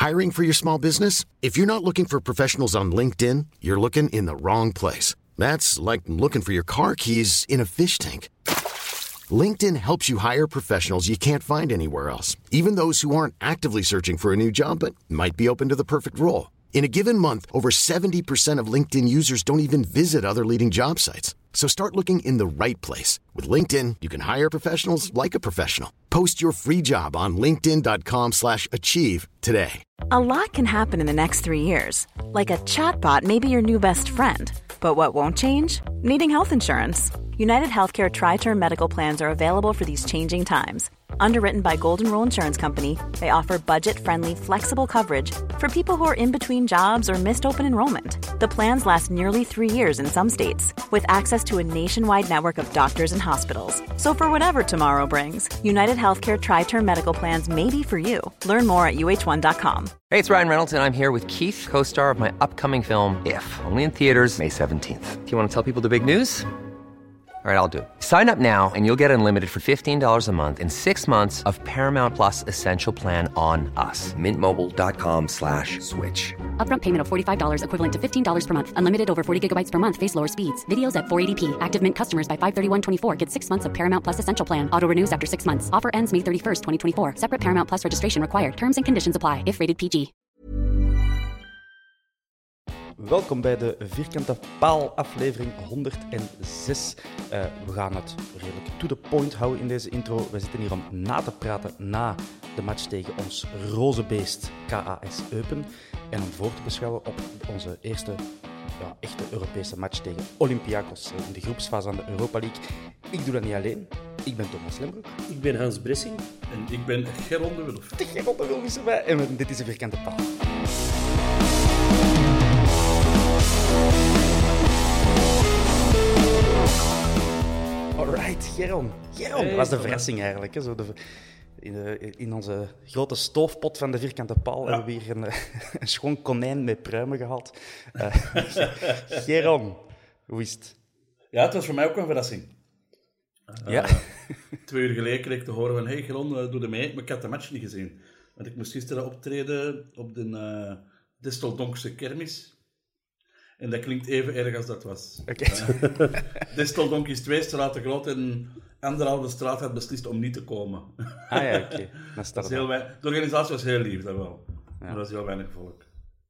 Hiring for your small business? If you're not looking for professionals on LinkedIn, you're looking in the wrong place. That's like looking for your car keys in a fish tank. LinkedIn helps you hire professionals you can't find anywhere else, even those who aren't actively searching for a new job but might be open to the perfect role. In a given month, over 70% of LinkedIn users don't even visit other leading job sites. So start looking in the right place. With LinkedIn, you can hire professionals like a professional. Post your free job on linkedin.com/achieve today. A lot can happen in the next 3 years. Like a chatbot may be your new best friend. But what won't change? Needing health insurance. United Healthcare Tri-Term Medical Plans are available for these changing times. Underwritten by Golden Rule Insurance Company, they offer budget-friendly, flexible coverage for people who are in between jobs or missed open enrollment. The plans last nearly 3 years in some states, with access to a nationwide network of doctors and hospitals. So for whatever tomorrow brings, United Healthcare Tri-Term Medical Plans may be for you. Learn more at uh1.com. Hey, it's Ryan Reynolds, and I'm here with Keith, co-star of my upcoming film, If, only in theaters May 17th. Do you want to tell people the big news? All right, I'll do it. Sign up now and you'll get unlimited for $15 a month and 6 months of Paramount Plus Essential Plan on us. MintMobile.com/switch. Upfront payment of $45 equivalent to $15 per month. Unlimited over 40 gigabytes per month. Face lower speeds. Videos at 480p. Active Mint customers by 531.24 get 6 months of Paramount Plus Essential Plan. Auto renews after 6 months. Offer ends May 31st, 2024. Separate Paramount Plus registration required. Terms and conditions apply if rated PG. Welkom bij de Vierkante Paal, aflevering 106. We gaan het redelijk to the point houden in deze intro. We zitten hier om na te praten na de match tegen ons roze beest KAS Eupen. En om voor te beschouwen op onze eerste echte Europese match tegen Olympiakos in de groepsfase van de Europa League. Ik doe dat niet alleen. Ik ben Thomas Lembroek. Ik ben Hans Bressing. En ik ben Geron de Wulf. De Geron de Wulf is erbij. En dit is de Vierkante Paal. Alright, Geron. Geron, dat was de verrassing eigenlijk. Hè. Zo in onze grote stoofpot van de Vierkante Paal hebben we hier een schoon konijn met pruimen gehaald. Geron, hoe is het? Ja, het was voor mij ook een verrassing. Ja? 2 uur geleden kreeg ik te horen van hey Geron, doe er mee. Maar ik had de match niet gezien. Want ik moest gisteren optreden op de Disteldonkse kermis. En dat klinkt even erg als dat was. Disteldonk is 2 straten groot en 1,5 straat had beslist om niet te komen. Ah ja, oké. De organisatie was heel lief, dat wel. Ja. Maar er was heel weinig volk.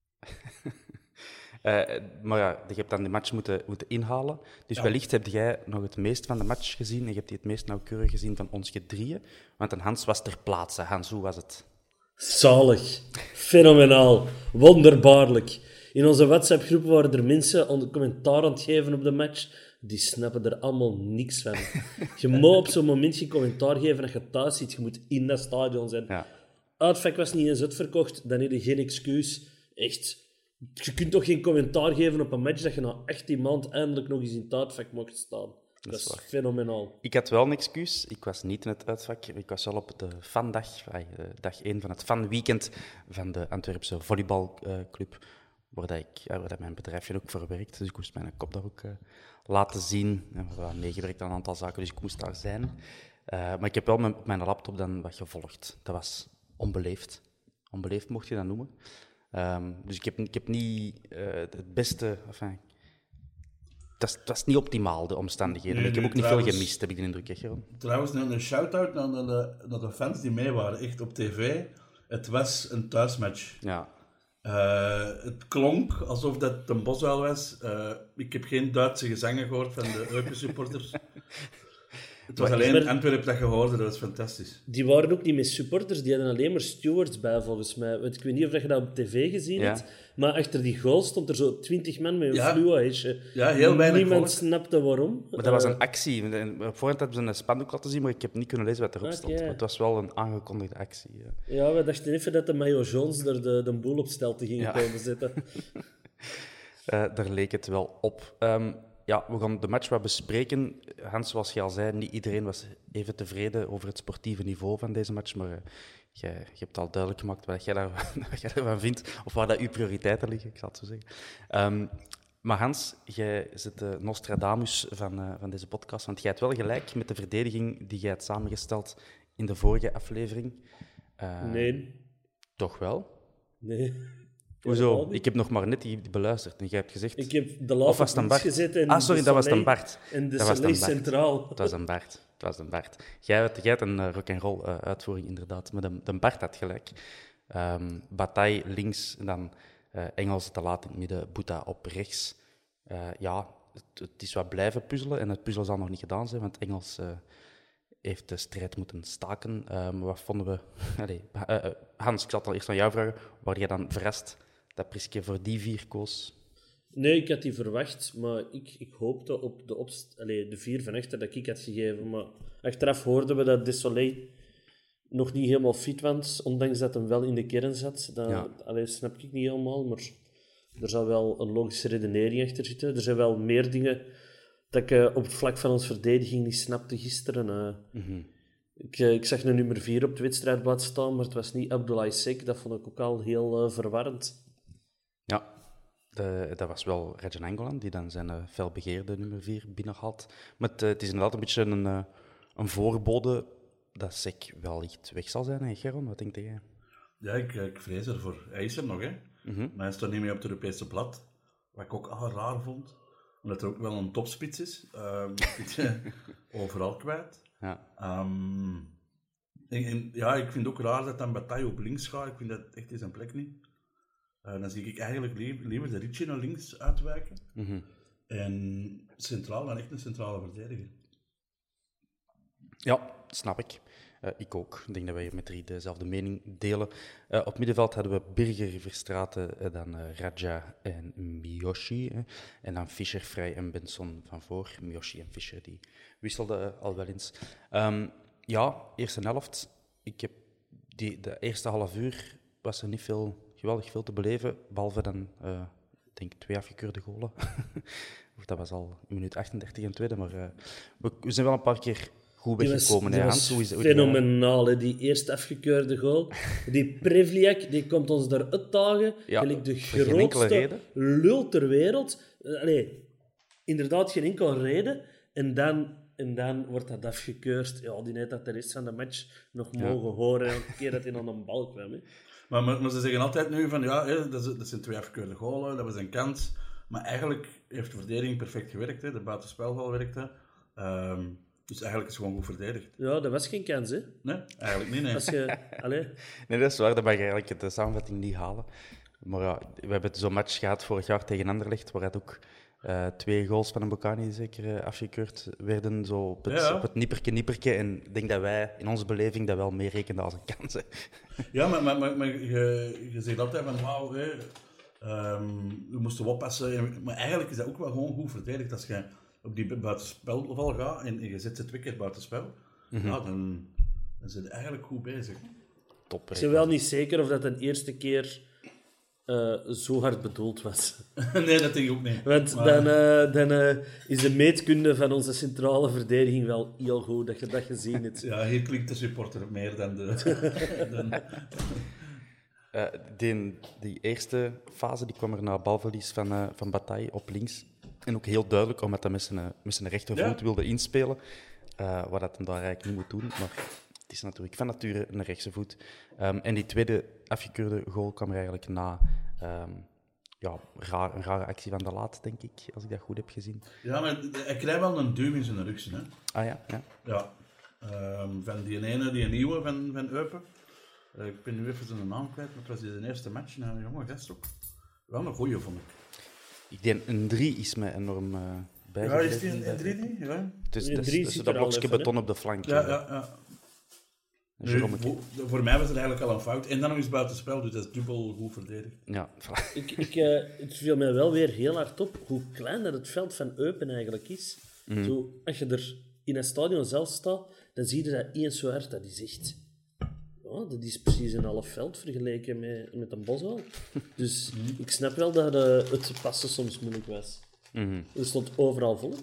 Maar ja, je hebt dan de match moeten inhalen. Dus wellicht heb jij nog het meest van de match gezien en je hebt die het meest nauwkeurig gezien van ons drieën. Want een Hans was ter plaatse. Hans, hoe was het? Zalig. Fenomenaal. Wonderbaarlijk. In onze WhatsApp-groep waren er mensen commentaar aan het geven op de match. Die snappen er allemaal niks van. Je moet op zo'n moment geen commentaar geven als je thuis zit. Je moet in dat stadion zijn. Ja. Uitvak was niet eens uitverkocht. Dan heb je geen excuus. Echt. Je kunt toch geen commentaar geven op een match dat je na 18 maanden eindelijk nog eens in het uitvak mocht staan. Dat is fenomenaal. Ik had wel een excuus. Ik was niet in het uitvak. Ik was wel op de fandag, dag 1 van het fanweekend van de Antwerpse volleybalclub. Waar mijn bedrijfje ook voor werkt. Dus ik moest mijn kop daar ook laten zien. En we hebben meegewerkt aan een aantal zaken, dus ik moest daar zijn. Maar ik heb wel op mijn laptop dan wat gevolgd. Dat was onbeleefd. Onbeleefd mocht je dat noemen. Dus ik heb niet het beste... Het was niet optimaal, de omstandigheden. Nee, ik heb ook niet veel gemist, heb ik de indruk. Geron. Trouwens, een shout-out naar de fans die mee waren. Echt op tv. Het was een thuismatch. Ja. Het klonk alsof dat een Boswell was. Ik heb geen Duitse gezangen gehoord van de Eupen-supporters. Het was alleen Antwerpen dat je hoorde, dat was fantastisch. Die waren ook niet met supporters, die hadden alleen maar stewards bij, volgens mij. Want ik weet niet of je dat op tv gezien hebt, maar achter die goal stond er zo 20 man met een fluo-hesje. Ja, heel weinig Niemand snapte waarom. Maar dat was een actie. Op voorhand hebben ze een spandoek laten zien, maar ik heb niet kunnen lezen wat erop stond. Maar het was wel een aangekondigde actie. Ja, we dachten even dat de Mayo Jones er de boel op stelte ging komen zetten. Daar leek het wel op. We gaan de match wat bespreken. Hans, zoals je al zei, niet iedereen was even tevreden over het sportieve niveau van deze match, maar je hebt al duidelijk gemaakt wat jij daarvan vindt, of waar dat uw prioriteiten liggen, ik zal het zo zeggen. Maar Hans, jij zit de Nostradamus van deze podcast, want jij hebt wel gelijk met de verdediging die jij hebt samengesteld in de vorige aflevering. Nee. Toch wel? Nee. Hoezo? Helemaal niet. Ik heb nog maar net die beluisterd en jij hebt gezegd... Ik heb de Of laatste was het een punts Bart? gezet en Ah, sorry, de dat was Soleil- een Bart. En de Dat was Soleil een Bart. centraal. Het was een Bart. Jij had een rock'n'roll uitvoering, inderdaad. Maar de Bart had gelijk. Bataille links, en dan Engels te laat in het midden, Bouta op rechts. Het is wat blijven puzzelen en het puzzel zal nog niet gedaan zijn, want Engels heeft de strijd moeten staken. Wat vonden we... Hans, ik zal het al eerst aan jou vragen. Waar jij dan verrast dat Priske voor die 4 koos? Nee, ik had die verwacht, maar ik hoopte op de 4 van achter dat ik had gegeven. Maar achteraf hoorden we dat Desolé nog niet helemaal fit was, ondanks dat hem wel in de kern zat. Dat snap ik niet helemaal, maar er zou wel een logische redenering achter zitten. Er zijn wel meer dingen dat ik op het vlak van onze verdediging niet snapte gisteren. Ik zag een nummer 4 op het wedstrijdblad staan, maar het was niet Abdoulaye Seck. Dat vond ik ook al heel verwarrend. Ja, dat was wel Rajan Angolan, die dan zijn felbegeerde nummer 4 binnenhaalt. Maar het is inderdaad een beetje een voorbode dat Seck wellicht weg zal zijn. Hè, Geron, wat denk jij? Ja, ik vrees ervoor. Hij is er nog, hè. Maar hij staat niet meer op het Europese blad. Wat ik ook al raar vond. Omdat er ook wel een topspits is. Overal kwijt. Ja. Ik vind het ook raar dat dan Bataille op links gaat. Ik vind dat echt in zijn plek niet. Dan zie ik eigenlijk liever de Ritchie naar links uitwijken. En centraal dan echt een centrale verdediger. Ja, snap ik. Ik ook. Ik denk dat wij met 3 dezelfde mening delen. Op middenveld hadden we Birger, Verstraeten, dan Raja en Miyoshi. En dan Fischer, Vrij en Benson van voor. Miyoshi en Fischer die wisselden al wel eens. Eerste helft. De eerste half uur was er niet geweldig veel te beleven. Behalve dan, ik denk 2 afgekeurde golen. Of dat was al in minuut 38 en tweede. Maar we zijn wel een paar keer goed weggekomen. Die was fenomenaal, hè? Die eerst afgekeurde goal. Die Prevliak, die komt ons daar uitdagen. Ja, gelijk de voor geen enkele grootste reden. lul ter wereld. Inderdaad, geen enkele reden. En dan wordt dat afgekeurd. Ja, die net dat de rest van de match nog mogen horen. Elke keer dat hij aan een bal kwam. Hè. Maar ze zeggen altijd nu van, dat zijn 2 afgekeurde golen, dat was een kans. Maar eigenlijk heeft de verdediging perfect gewerkt. Hè. De buitenspelval werkte. Dus eigenlijk is het gewoon goed verdedigd. Ja, dat was geen kans, hè? Nee, eigenlijk niet, nee. Als je... Nee, dat is waar. Dat mag je eigenlijk de samenvatting niet halen. Maar ja, we hebben zo'n match gehad vorig jaar tegen Anderlecht, waaruit ook 2 goals van een Bocani zeker afgekeurd werden, zo op het nipperke. En ik denk dat wij in onze beleving dat wel meer rekenden als een kans. Hè. Ja, maar je zegt altijd van, wauw, we moesten oppassen. Maar eigenlijk is dat ook wel gewoon goed verdedigd. Als je op die buitenspelval gaat en je zet ze 2 keer buitenspel, dan zijn ze eigenlijk goed bezig. Top. Ik ben wel niet zeker of dat de eerste keer zo hard bedoeld was. Nee, dat denk ik ook niet. Want dan is de meetkunde van onze centrale verdediging wel heel goed, dat je dat gezien hebt. Ja, hier klinkt de supporter meer dan de... Die eerste fase die kwam er na balverlies van Bataille op links. En ook heel duidelijk, omdat hij met zijn rechtervoet wilde inspelen. Wat dat hem daar eigenlijk niet moet doen. Maar het is natuurlijk van nature een rechtse voet. En die tweede afgekeurde goal kwam er eigenlijk na een rare actie van de Laat, denk ik. Als ik dat goed heb gezien. Ja, maar hij krijgt wel een duim in zijn rugsen, hè. Ah ja? Ja. Van die nieuwe van Eupen. Ik ben nu even zijn naam kwijt, maar het was de eerste match. Een jonge gast ook. Wel een goeie, vond ik. Ik denk een 3 is mij enorm bijgebleven. Ja, is die een 3 niet? Ja. Dus dat blokje beton op de flank. Ja. Nu, voor mij was het eigenlijk al een fout. En dan nog eens buitenspel, dus dat is dubbel goed verdedigd. Ja, het viel mij wel weer heel hard op hoe klein dat het veld van Eupen eigenlijk is. Zo, als je er in het stadion zelf staat, dan zie je dat één zo hard, dat is echt... Ja, dat is precies een half veld vergeleken met een Boswel. Dus ik snap wel dat het passen soms moeilijk was. Er stond overal volk.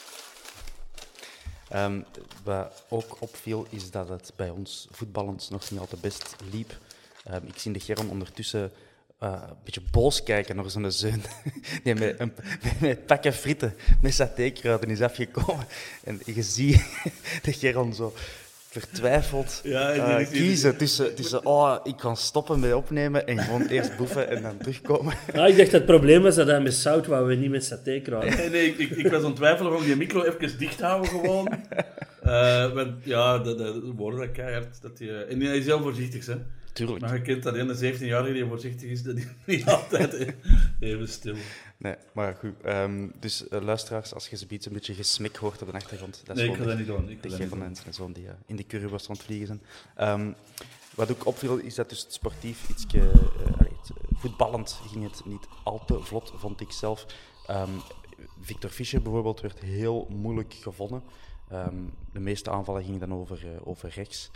Wat ook opviel, is dat het bij ons voetballend nog niet al te best liep. Ik zie de Geron ondertussen een beetje boos kijken naar zijn zoon. Die met pakken frieten met satékruiden is afgekomen. En je ziet de Geron zo vertwijfeld kiezen tussen ik kan stoppen met opnemen en gewoon eerst boeven en dan terugkomen. Ah, ik dacht dat het probleem was dat hij met zout wou we niet met saté kruiden. Nee, ik was aan het twijfelen van die micro even dicht houden gewoon. Want ja, de woorden dat keihard. En hij is heel voorzichtig, hè. Tuurlijk. Maar je kent dat in de 17-jarige die voorzichtig is, dat is niet altijd even stil. Nee, maar goed. Dus luisteraars, als je zoiets een beetje gesmik hoort op de achtergrond, dat is Nee, ik ga dat niet doen. de Geer van Hens en zoon die in de curryworst rondvliegen zijn. Wat ook opviel, is dat dus het sportief ietsje... voetballend ging het niet al te vlot, vond ik zelf. Victor Fischer bijvoorbeeld werd heel moeilijk gevonden. De meeste aanvallen gingen dan over rechts.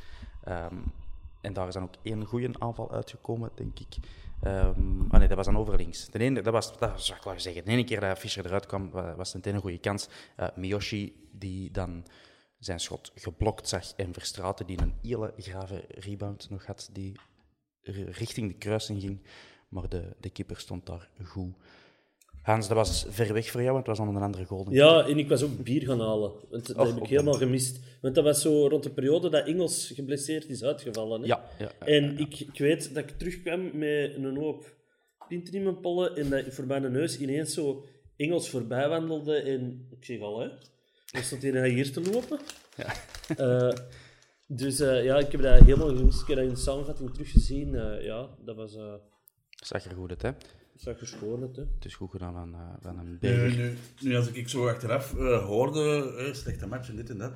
En daar is dan ook één goede aanval uitgekomen, denk ik. Dat was dan over links. Dat zou ik wel zeggen. De ene keer dat Fischer eruit kwam, was het een goede kans. Miyoshi, die dan zijn schot geblokt zag, en Verstraeten, die een hele grave rebound nog had, die richting de kruising ging. Maar de keeper stond daar goed. Hans, dat was ver weg voor jou, want het was dan een andere goal. Ja, en ik was ook bier gaan halen. Want dat heb ik helemaal gemist. Want dat was zo rond de periode dat Engels geblesseerd is uitgevallen. Hè? Ja. En ik weet dat ik terugkwam met een hoop pinten in mijn pollen en dat voor mijn neus ineens zo Engels voorbij wandelde. En ik zeg al, hè. Dan stond hij hier te lopen. Ja. Dus ik heb dat helemaal gemist. Ik heb dat in de samenvatting teruggezien. Dat was... Zag er goed uit, hè? zag er schoon uit, hè. Het is goed gedaan van een Berger. Nu, als ik zo achteraf hoorde, slechte match en dit en dat.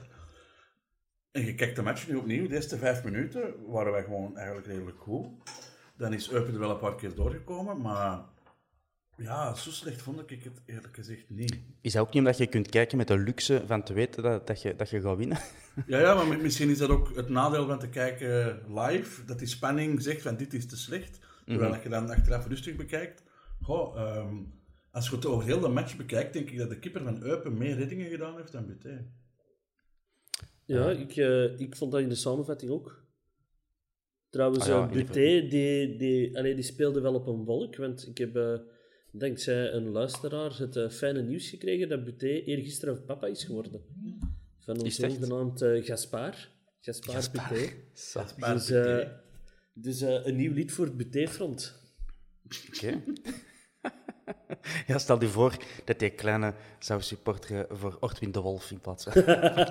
En je kijkt de match nu opnieuw, de eerste 5 minuten waren wij gewoon eigenlijk redelijk goed. Dan is Eupen er wel een paar keer doorgekomen, maar ja, zo slecht vond ik het eerlijk gezegd niet. Is dat ook niet omdat je kunt kijken met de luxe van te weten dat je gaat winnen? Ja, maar misschien is dat ook het nadeel van te kijken live, dat die spanning zegt van dit is te slecht. Terwijl je dan achteraf rustig bekijkt. Als je het over heel de match bekijkt, denk ik dat de keeper van Eupen meer reddingen gedaan heeft dan Buté. Ja, ik vond dat in de samenvatting ook. Trouwens, Buté, die speelde wel op een wolk, want ik heb dankzij een luisteraar het fijne nieuws gekregen dat Buté eergisteren papa is geworden. Van ons genaamd Gaspar. Gaspar Buté. Dus een nieuw lied voor het Buté-front. Oké. Ja, stel je voor dat die kleine zou supporteren voor Ortwin de Wolf in plaats van...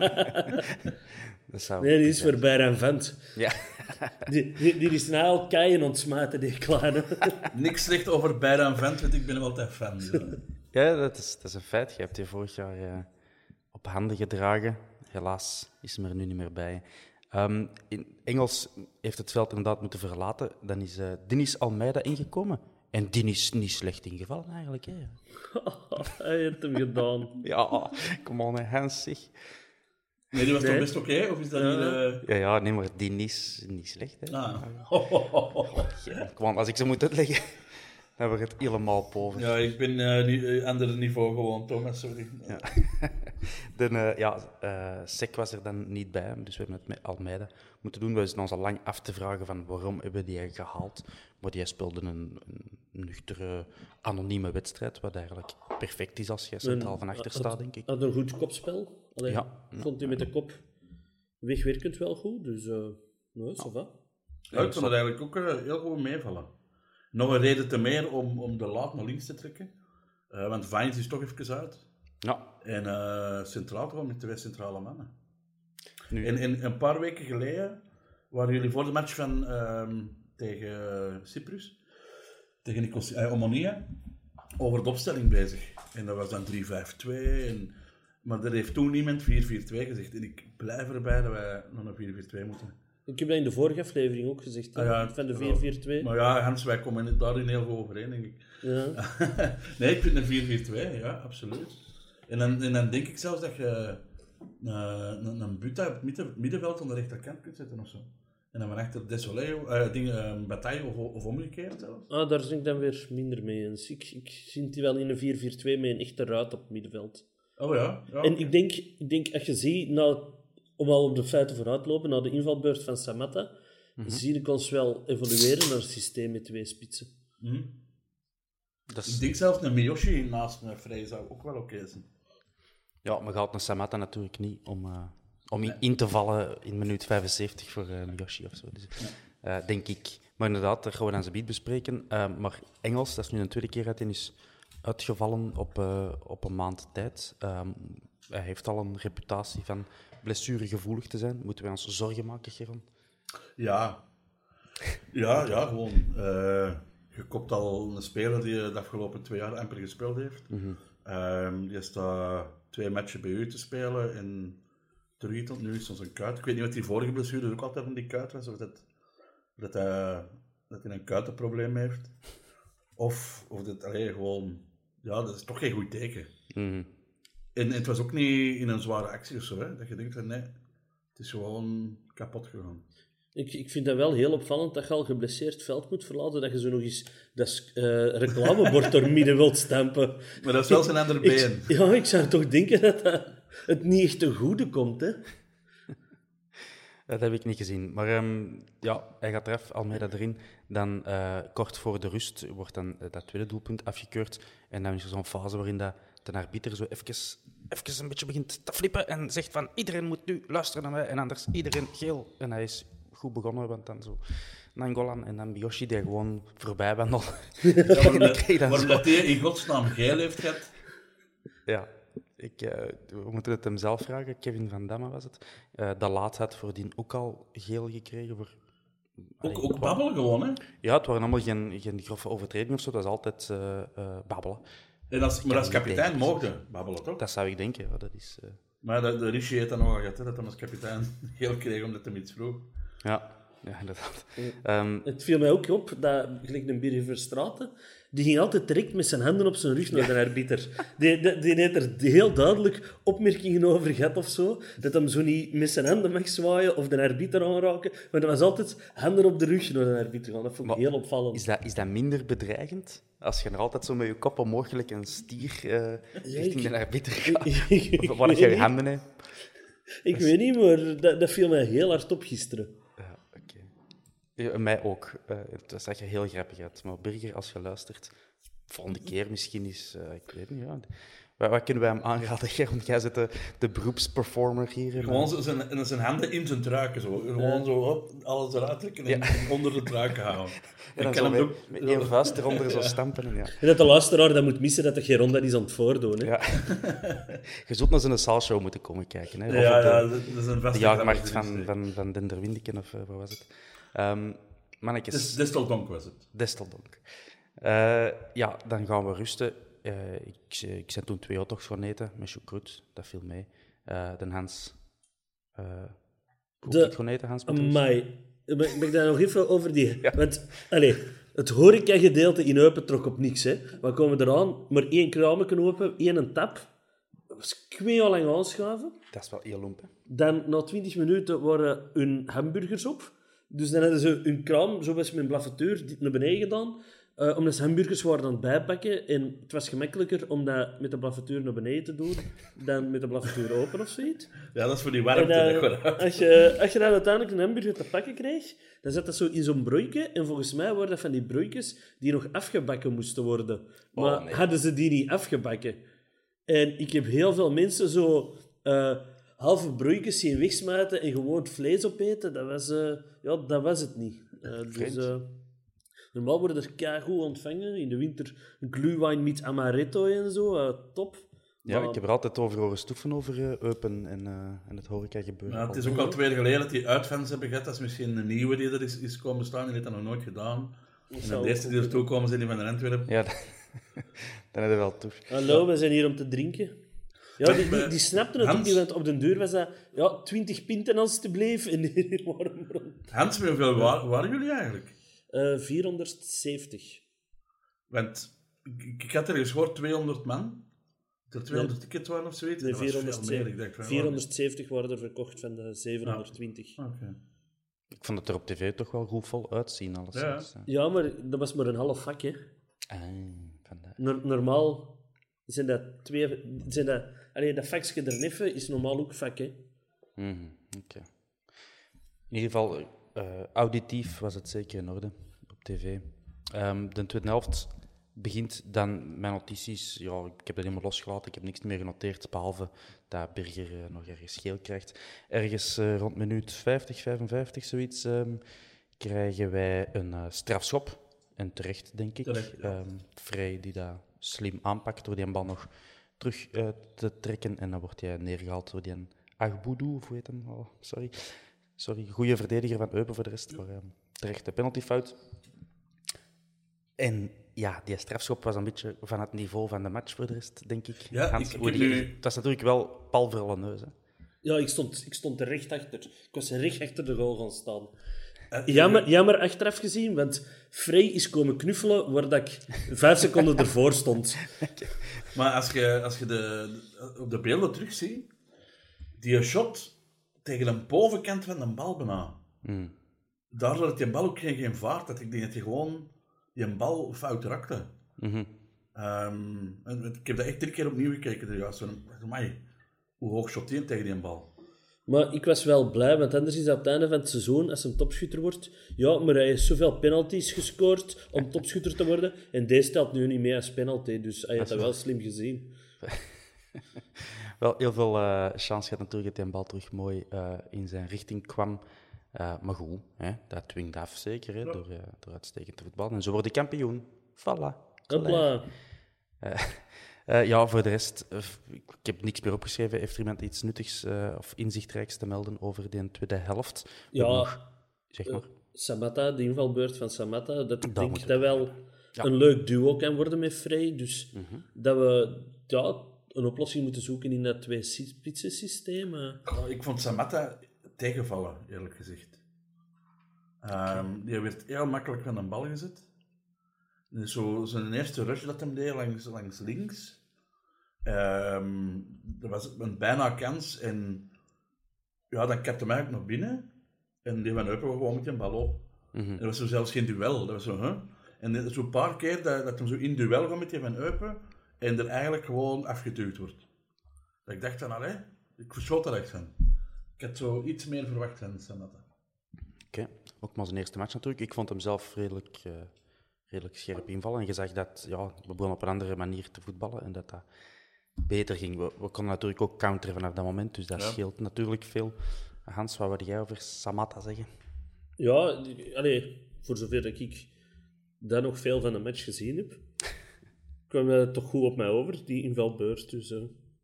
Nee, die is voor Bayern Vent. Ja. Die is nou al keien ontsmaten, die kleine. Niks slecht over Bayern Vent, want ik ben hem altijd fan. Ja, dat is een feit. Je hebt die vorig jaar op handen gedragen. Helaas is hem er nu niet meer bij. In Engels heeft het veld inderdaad moeten verlaten. Dan is Denis Almeida ingekomen. En die is niet slecht ingevallen eigenlijk. Hè? Hij heeft hem gedaan. Ja, kom on, Hans, zeg. Nee, die was toch best oké? Of is dat niet... Ja, nee, maar die is niet slecht. Hè? Ja, kom on, als ik ze moet uitleggen, dan wordt het helemaal boven. Ja, ik ben ander niveau gewoon, Thomas, sorry. Ja. Sek was er dan niet bij, dus we hebben het met Almeida moeten doen. We zijn ons al lang af te vragen van waarom hebben die gehaald. Maar die speelde een nuchtere, anonieme wedstrijd, wat eigenlijk perfect is als je centraal van achter staat, denk ik. Had een goed kopspel. Allee, vond hij met de kop wegwerkend wel goed, dus nee, ça va. Ja, ik vond het eigenlijk ook heel goed meevallen. Nog een reden te meer om de laat naar links te trekken. Want Vines is toch even uit. Ja. En centraal gewoon met 2 centrale mannen. Nu. En een paar weken geleden waren jullie voor de match van tegen Cyprus, tegen Omonia, over de opstelling bezig. En dat was dan 3-5-2. Maar er heeft toen niemand 4-4-2 gezegd. En ik blijf erbij dat wij nog een 4-4-2 moeten. Ik heb dat in de vorige aflevering ook gezegd, van de 4-4-2. Maar ja, Hans, wij komen daarin heel veel overeen, denk ik. Ja. Nee, ik vind een 4-4-2, ja, absoluut. En dan denk ik zelfs dat je een Buta op het middenveld aan de rechterkant kunt zetten of zo. En dan van achter Desolé, Bataille of omgekeerd zelfs. Daar ben ik dan weer minder mee eens. Ik zie die wel in een 4-4-2 met een echte ruit op het middenveld. Oh ja? En ik denk, als je ziet, om al op de feiten vooruit te lopen, na de invalbeurt van Samatta, zie ik ons wel evolueren naar een systeem met 2 spitsen. Ik denk zelfs een Miyoshi naast een Frey zou ook wel oké zijn. Ja, maar gaat een Samatta natuurlijk niet om in te vallen in minuut 75 voor Miyoshi of zo. Dus, denk ik. Maar inderdaad, dat gaan we dan zo bespreken. Maar Engels, dat is nu een tweede keer dat hij is uitgevallen op een maand tijd. Hij heeft al een reputatie van blessuregevoelig te zijn. Moeten wij ons zorgen maken, Geron? Ja, gewoon. Je kopt al een speler die de afgelopen 2 jaar amper gespeeld heeft. Die staat 2 matchen bij u te spelen en terug tot nu is het een kuit. Ik weet niet wat die vorige blessure ook altijd van die kuit was, of dat hij een kuitenprobleem heeft. Of dat gewoon... Ja, dat is toch geen goed teken. En het was ook niet in een zware actie of zo, hè, dat je denkt van nee, het is gewoon kapot gegaan. Ik vind dat wel heel opvallend dat je al geblesseerd veld moet verlaten, dat je zo nog eens dat reclamebord door midden wilt stampen. Maar dat is wel zijn andere been. Ik zou toch denken dat het niet echt ten goede komt, hè? Dat heb ik niet gezien. Maar hij gaat eraf, Almeida erin. Dan kort voor de rust wordt dan dat tweede doelpunt afgekeurd. En dan is er zo'n fase waarin de arbiter zo even een beetje begint te flippen en zegt van iedereen moet nu luisteren naar mij en anders iedereen geel. En hij is goed begonnen, want dan zo Nainggolan en dan Miyoshi die gewoon voorbij wandelt. Waarom dat hij in godsnaam geel heeft gehad? Ja. We moeten het hem zelf vragen. Kevin van Damme was het. De laat had voordien ook al geel gekregen. Ook babbelen gewoon, hè? Ja, het waren allemaal geen grove overtredingen of zo. Dat was altijd babbelen. En maar als kapitein mogen babbelen, toch? Dat zou ik denken. Ja, dat is, Maar de Richie heeft dat nog al gehad, hè, dat hij als kapitein geel kreeg omdat hij iets vroeg. Ja, inderdaad. Het viel mij ook op dat, gelijk een Birger Verstraeten, die ging altijd direct met zijn handen op zijn rug naar de arbiter. Die heeft er heel duidelijk opmerkingen over gehad of zo. Dat hem zo niet met zijn handen mag zwaaien of de arbiter aanraken. Maar dat was altijd handen op de rug naar de arbiter gaan. Dat vond ik heel opvallend. Is dat minder bedreigend? Als je er altijd zo met je kop omhoog gelijk een stier richting de arbiter gaat? Of waar je je handen hebt? Ik weet niet, maar dat viel mij heel hard op gisteren. Ja, oké. Ja, mij ook. Het zag er heel grappig uit. Maar Birger, als je luistert, volgende keer misschien is... ik weet niet, ja. Wat kunnen wij hem aanraden? Want jij zit de beroepsperformer hier. Gewoon zijn handen in zijn truiken. Zo. Gewoon zo alles eruit trekken en onder de truiken houden. En dan kan hem ook met één vuist eronder zo stampen. En, ja. En dat de luisteraar dat moet missen, dat de Geron dat is aan het voordoen. Hè? Ja. Je zult naar zo'n zaalshow moeten komen kijken. Hè? Dat is een de jaarmarkt van Denderwindiken, of wat was het? Mannetjes. Desteldonk was het. Desteldonk. Dan gaan we rusten. Ik ben toen 2 hotdogs gaan eten met choucroute. Dat viel mee. De Hans... Hoe gaan eten, Hans? Amai. Ben ik daar nog even over die... Ja. Want, het horeca-gedeelte in Eupen trok op niks. Hè. Wat komen we eraan? Maar 1 krametje open, 1 tap. Dat was heel lang aanschuiven. Dat is wel heel lomp, hè? Dan, na 20 minuten, waren hun hamburgers op. Dus dan hadden ze hun kraam, zo was met een blaffatuur, naar beneden gedaan. Omdat ze hamburgers waren aan het bijpakken. En het was gemakkelijker om dat met de blaffatuur naar beneden te doen dan met de blaffatuur open of zoiets. Ja, dat is voor die warmte. Als je dan uiteindelijk een hamburger te pakken kreeg, dan zat dat zo in zo'n broeikje. En volgens mij waren dat van die broeikjes die nog afgebakken moesten worden. Maar hadden ze die niet afgebakken? En ik heb heel veel mensen zo halve broeikjes zien wegsmijten en gewoon het vlees opeten. Dat was het niet. Normaal worden er keigoed ontvangen. In de winter een glühwein met amaretto en zo. Top. Ja, maar ik heb er altijd over horen stoeven over Eupen en het horeca gebeuren. Ja, het is ook al 2 jaar geleden dat die uitfans hebben gehad. Dat is misschien een nieuwe die er is komen staan. Die heeft dat nog nooit gedaan. En de eerste die ertoe komen zijn die van de Antwerpen. Ja, dan hebben we wel toe. Hallo, we zijn hier om te drinken. Ja, die snapten het ook niet, want op den deur was dat 20 pinten alsjeblieft. Hans, hoeveel waren jullie eigenlijk? 470. Want ik had ergens gehoord 200 man. Dat er 200 tickets waren of zoiets. Nee, 470 waren er verkocht van de 720. Okay. Ik vond het er op tv toch wel goed vol uitzien. Alles. Ja, maar dat was maar een half vak, hè. Normaal zijn dat 2... dat vakje erneffen is normaal ook vak, hè. Okay. In ieder geval, auditief was het zeker in orde op tv. De tweede helft begint, dan mijn notities. Ja, ik heb dat helemaal losgelaten. Ik heb niks meer genoteerd, behalve dat Berger nog ergens geel krijgt. Ergens rond minuut 50, 55, zoiets, krijgen wij een strafschop. En terecht, denk ik. Terecht, ja. Vrij die dat slim aanpakt door die bal nog terug te trekken. En dan wordt hij neergehaald door die Agboudou, of hoe heet hem? Oh, sorry. Goede verdediger van Eupen voor de rest. Maar terecht de penaltyfout. En ja, die strafschop was een beetje van het niveau van de match voor de rest, denk ik. Ja, Hans, ik heb nu... Het was natuurlijk wel pal voor alle neus. Hè. Ja, ik stond er recht achter. Ik was er recht achter de goal gaan staan. Jammer. Jammer achteraf gezien, want Frey is komen knuffelen waar dat ik 5 seconden ervoor stond. Maar als je op de beelden terugziet, die shot tegen de bovenkant van de bal bijna. Daardoor dat die bal ook geen vaart had. Ik denk dat hij gewoon die bal fout raakte. En ik heb dat echt 3 keer opnieuw gekeken. Dus hoe hoog shot hij tegen die bal? Maar ik was wel blij, want anders is dat op het einde van het seizoen, als hij topschutter wordt, ja, maar hij heeft zoveel penalties gescoord om topschutter te worden, en deze stelt nu niet mee als penalty, dus hij heeft dat wel slim gezien. Wel heel veel chance gehad natuurlijk dat die bal terug mooi in zijn richting kwam. Maar goed, hè, dat dwingt af zeker, hè, door uitstekend te voetballen. En zo word je kampioen. Voilà. Hopla. Ja, voor de rest, ik heb niks meer opgeschreven. Heeft er iemand iets nuttigs of inzichtrijks te melden over die tweede helft? Ja, zeg maar. Samatta, de invalbeurt van Samatta, dat ik denk moet dat wel een leuk duo kan worden met Frey. Dus dat we een oplossing moeten zoeken in dat 2-spitsen systeem. Ik vond Samatta tegenvallen, eerlijk gezegd. Die werd heel makkelijk van de bal gezet. Zo zijn eerste rush dat hem deed langs links. Er was een bijna kans en ja, dan kapte hem eigenlijk nog binnen. En die van Eupen gewoon met die bal op. Er was zo zelfs geen duel. Dat was zo, En zo'n paar keer dat hem zo in duel gaat met die van Eupen en er eigenlijk gewoon afgeduwd wordt. Dat ik dacht van, ik verschoot er echt van. Ik had zo iets meer verwacht van Samatta. Oké, ook maar zijn eerste match natuurlijk. Ik vond hem zelf redelijk scherp invallen. En je zag dat we begonnen op een andere manier te voetballen en dat beter ging. We konden natuurlijk ook counteren vanaf dat moment, dus dat scheelt natuurlijk veel. Hans, wat wilde jij over Samatta zeggen? Ja, voor zover dat ik daar nog veel van de match gezien heb, kwam dat toch goed op mij over, die invalbeurt. Dus,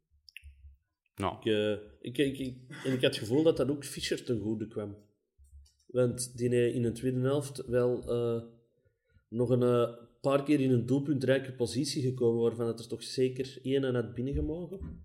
ik had het gevoel dat ook Fischer ten goede kwam. Want die in de tweede helft wel nog een paar keer in een doelpuntrijke positie gekomen, waarvan het er toch zeker 1 aan had binnengemogen.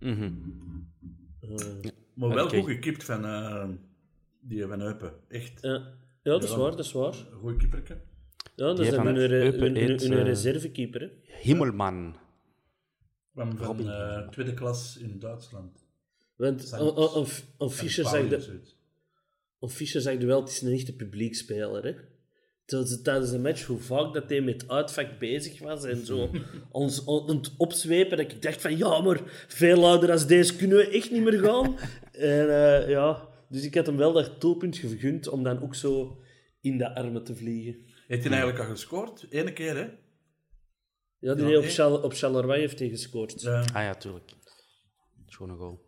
Maar wel goed gekipt van die van Eupen. Echt. Ja, dat is waar. Goeie keeperke. Ja, dat is een reservekeeper. Hè? Himmelman. Van tweede klas in Duitsland. Want aan Fischer zag je wel, het is een echte publiekspeler, hè. Tijdens de match, hoe vaak dat hij met uitvak bezig was en zo ons aan het opzwepen, dat ik dacht van, ja, maar veel ouder als deze kunnen we echt niet meer gaan. En dus ik had hem wel dat doelpunt gegund om dan ook zo in de armen te vliegen. Heeft hij eigenlijk al gescoord? 1 keer, hè? Ja, die op Charleroi heeft hij gescoord. Ja, tuurlijk. Schone goal.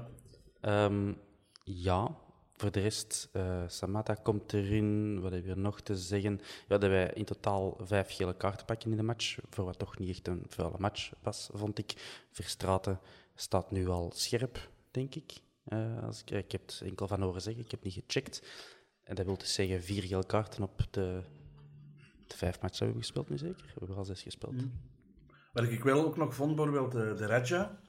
Ja. Voor de rest, Samatta komt erin. Wat heb je nog te zeggen? Ja, dat wij in totaal 5 gele kaarten pakken in de match. Voor wat toch niet echt een vuile match was, vond ik. Verstraeten staat nu al scherp, denk ik. Ik heb het enkel van horen zeggen. Ik heb niet gecheckt. En dat wil dus zeggen 4 gele kaarten op de 5 matches hebben we gespeeld nu zeker? We hebben al 6 gespeeld. Wat ik wel ook nog vond, bijvoorbeeld de Radja.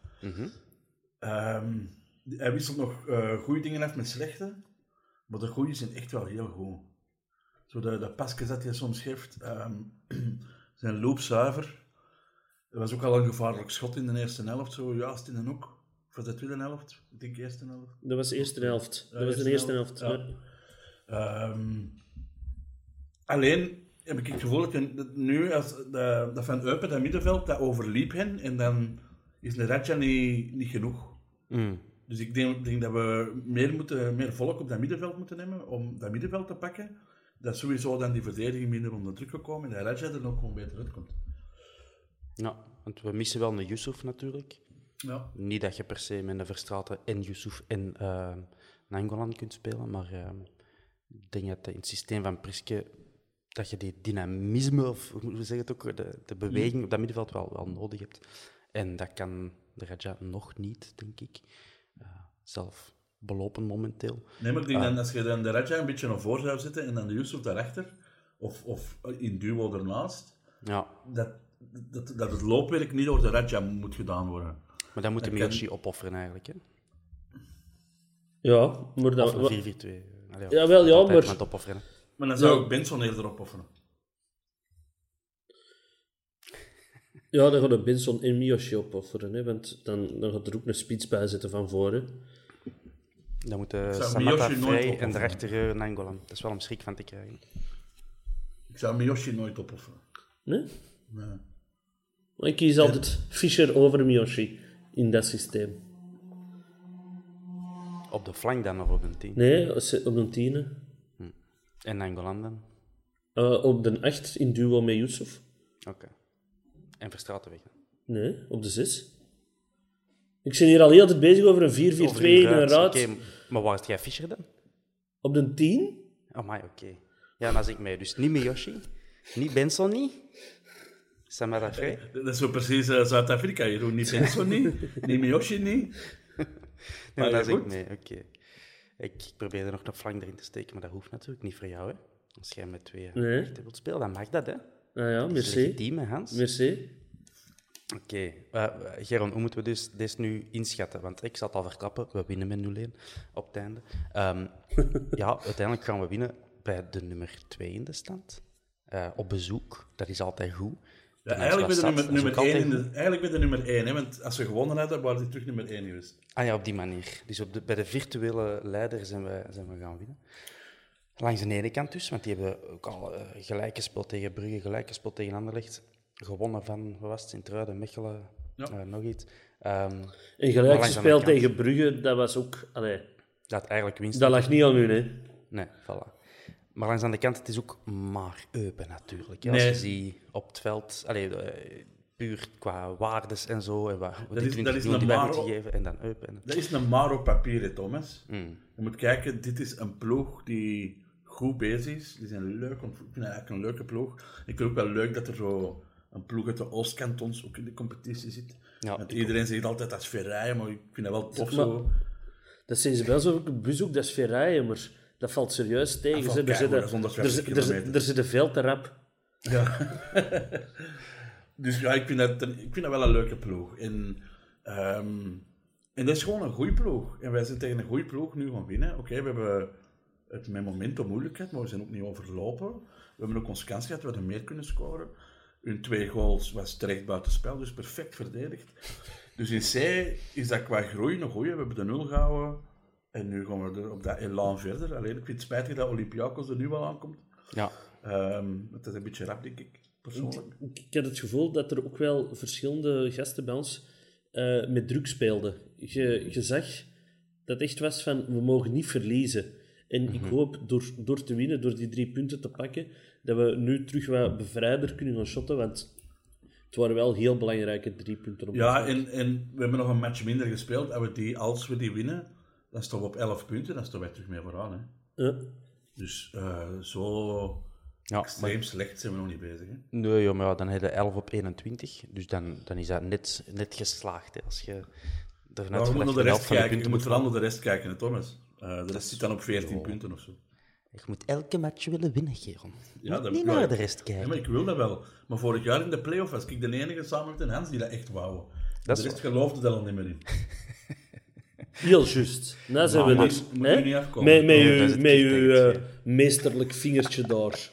Hij wisselt nog goede dingen af met slechte, maar de goede zijn echt wel heel goed. Zo de pasjes dat hij soms geeft, zijn loopzuiver. Er was ook al een gevaarlijk schot in de eerste helft, zo juist in de hoek. Of was dat de tweede helft? Ik denk de eerste helft. Dat was de eerste helft. Dat was de eerste helft. Ja. Alleen heb ik het gevoel dat nu, als dat van Eupen, dat middenveld, dat overliep hen en dan is de Radja niet genoeg. Dus ik denk dat we meer volk op dat middenveld moeten nemen om dat middenveld te pakken. Dat sowieso dan die verdediging minder onder druk gekomen en dat Radja er nog gewoon beter uitkomt. Ja, want we missen wel een Yusuf natuurlijk. Ja. Niet dat je per se met een Verstraeten en Yusuf en Nainggolan kunt spelen, maar ik denk dat in het systeem van Priske dat je die dynamisme, of hoe zeg je het ook, de beweging op dat middenveld wel nodig hebt. En dat kan de Raja nog niet, denk ik. Zelf belopen momenteel. Nee, maar ik denk dat als je dan de Raja een beetje naar voren zou zetten en dan de Yusuf daarachter, of in duo ernaast, Ja. dat het loopwerk niet door de Raja moet gedaan worden. Maar dan moet de Miyoshi opofferen eigenlijk, hè? Ja, maar dat... Of een 4-4-2. Jawel, ja, maar... Het opofferen. Hè. Maar dan zou ik Benson eerder opofferen. Ja, dan gaat de Benson en Miyoshi opofferen, hè, want dan gaat er ook een spits bij zitten van voren. Dan moet zou Samatta Miyoshi nooit vrij en opofferen. daarachter Nainggolan. Dat is wel om schrik van te krijgen. Ik zou Miyoshi nooit opofferen. Nee? Nee. Maar ik kies altijd Fischer over Miyoshi in dat systeem. Op de flank dan of op een 10? Nee, op een 10. En Nainggolan dan? Op de 8 in duo met Yusuf. Oké. En Verstraeten weg. Nee, op de 6. Ik ben hier al heel tijd bezig over een 4-4-2 in een raad. Oké, maar waar is jij Fischer dan? Op de 10? Amai, oké. Ja, dan zit ik mee. Dus niet Miyoshi, niet Benson niet, Samatta vrij. Dat is zo precies Zuid-Afrika. Je doet niet Benson niet, niet Miyoshi niet. Nee, dan zit ik goed. mee, oké. Ik probeer er nog een flank erin te steken, maar dat hoeft natuurlijk niet voor jou, hè. Als jij met 2 Nee. achter wilt spelen, dan mag dat, hè. Ah ja, Dat is merci. legitiem, hè, Hans. Merci. Oké. Geron, hoe moeten we dus deze nu inschatten? Want ik zal het al verklappen, we winnen met 0-1 op het einde. Ja, uiteindelijk gaan we winnen bij de nummer 2 in de stand. Op bezoek, dat is altijd goed. Ja, Ten eigenlijk ben Stad, je dat is ook nummer 1 altijd goed. eigenlijk ben je nummer 1, hè, want als ze gewonnen hadden, waren die terug nummer 1 geweest. Ah ja, op die manier. Dus bij de virtuele leider zijn we gaan winnen. Langs de ene kant dus, want die hebben ook al gelijk gespeeld tegen Brugge, gelijk gespeeld tegen Anderlecht. Gewonnen van, wat was het, Sint-Truiden, Mechelen, Ja. nog iets. En Maar gelijk langs de andere gespeeld kant. tegen Brugge, dat was ook... Allee, Dat eigenlijk winst. dat lag niet aan u, hè. Nee, voilà. Maar langs aan de kant, het is ook maar eupen natuurlijk. Hè. Als Nee. je ziet op het veld, puur qua waardes en zo, en wat Dat die is- 20 dat is miljoen een die wij maar- moeten geven, en dan eupen. Dat is een maar op papier, hè, Thomas. Mm. Je moet kijken, dit is een ploeg die goed bezig is. Die zijn leuk, ik vind het eigenlijk een leuke ploeg. Ik vind het ook wel leuk dat er zo een ploeg uit de Oostkantons ook in de competitie zit. Ja, Want ik iedereen zegt altijd dat is Verrijen, maar ik vind dat wel tof Maar- zo. Dat zijn ze wel zo bezoek, dat is Ferrari, maar dat valt serieus tegen. Dat Ze. valt keigoed, dat is 150 kilometer. Er zitten veel te rap. Ja. Dus ja, ik vind dat wel een leuke ploeg. En dat is gewoon een goede ploeg. En wij zijn tegen een goede ploeg nu gaan winnen. Oké, we hebben het met momenten moeilijkheid, maar we zijn ook niet overlopen. We hebben ook onze kans gehad, we hadden meer kunnen scoren. Hun 2 goals was terecht buiten spel, dus perfect verdedigd. Dus in C is dat qua groei een goeie. We hebben de 0 gehouden. En nu gaan we er op dat elan verder. Alleen, ik vind het spijtig dat Olympiakos er nu wel aankomt. Ja. Dat is een beetje rap, denk ik, persoonlijk. Ik had het gevoel dat er ook wel verschillende gasten bij ons met druk speelden. Je zag dat het echt was van, we mogen niet verliezen. En ik hoop, door te winnen, door die 3 punten te pakken, dat we nu terug wat bevrijder kunnen gaan shotten, want het waren wel heel belangrijke 3 punten op Ja, het veld. en we hebben nog een match minder gespeeld. Als we die winnen, dan staan we op 11 punten. Dan staan wij terug mee vooraan. Hè. Ja. Dus zo Ja, extreem slecht zijn we nog niet bezig. Hè. Nee, joh, maar ja, dan heb je 11 op 21. Dus dan is dat net geslaagd. Hè, als je ervan Maar we moeten naar uitgaat dat de je rest van de kijken. Je punten moet moet vooral naar de rest kijken, hè, Thomas. De rest zit dan op 14 punten of zo. Je moet elke match willen winnen, Geron. Ja, dat Niet wil naar ik. de rest Ja, kijken. maar ik wil dat wel. Maar vorig jaar in de play-off was ik de enige samen met een Hans die dat echt wou. Dat De is rest geloofde daar al niet meer in. Heel juist. Nou zijn we Maar er. moet hè? je niet afkomen. Met Oh, dat is uw, het met uw kickback, meesterlijk vingertje daar.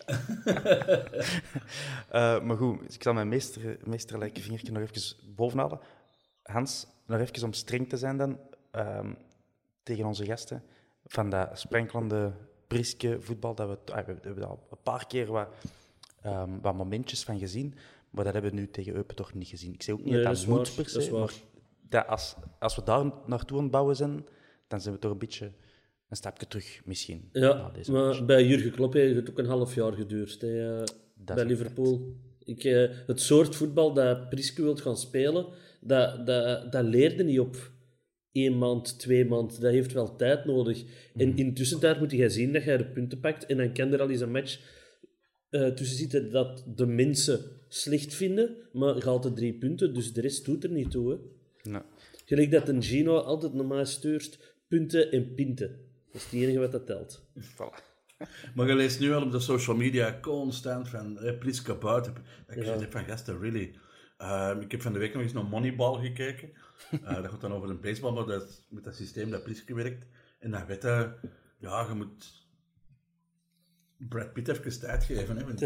Maar goed, ik zal mijn meesterlijke vingertje nog even bovenhalen. Hans, nog even om streng te zijn dan tegen onze gasten. Van dat sprenkelende, Priske voetbal, dat we hebben er al een paar keer wat momentjes van gezien. Maar dat hebben we nu tegen Eupen toch niet gezien. Ik zeg ook niet Nee, dat dat dat is moet waar, per dat is se, waar. maar dat als we daar naartoe aan het bouwen zijn, dan zijn we toch een beetje een stapje terug misschien. Ja, na deze maar match. bij Jurgen Klopp heeft het ook een half jaar geduurd hè, bij ook Liverpool. Het soort voetbal dat Priske wilt gaan spelen, dat leerde niet op 1 maand, 2 maand. Dat heeft wel tijd nodig. En in tussentijd moet je zien dat je de punten pakt. En dan kan er al eens een match tussen zitten dat de mensen slecht vinden, maar je haalt de 3 punten, dus de rest doet er niet toe. Hè. Nee. Gelijk dat een Gino altijd normaal stuurt punten en pinten. Dat is het enige wat dat telt. Voilà. Maar je leest nu wel op de social media constant van Priske buiten. Ik zeg van gasten, really. Ik heb van de week nog eens naar Moneyball gekeken. Dat gaat dan over een baseball, maar dat is met dat systeem dat Priske werkt. En dan weet je, je moet Brad Pitt even tijd geven. Hè, want...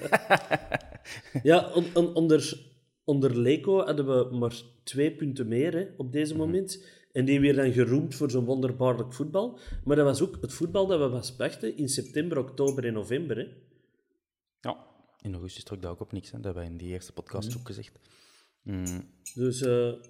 Ja, onder Leko hadden we maar 2 punten meer hè, op deze moment. En die werden dan geroemd voor zo'n wonderbaarlijk voetbal. Maar dat was ook het voetbal dat we waspachten in september, oktober en november. Hè. Ja, in augustus trok dat ook op niks. Hè. Dat hebben we in die eerste podcast ook gezegd. Dus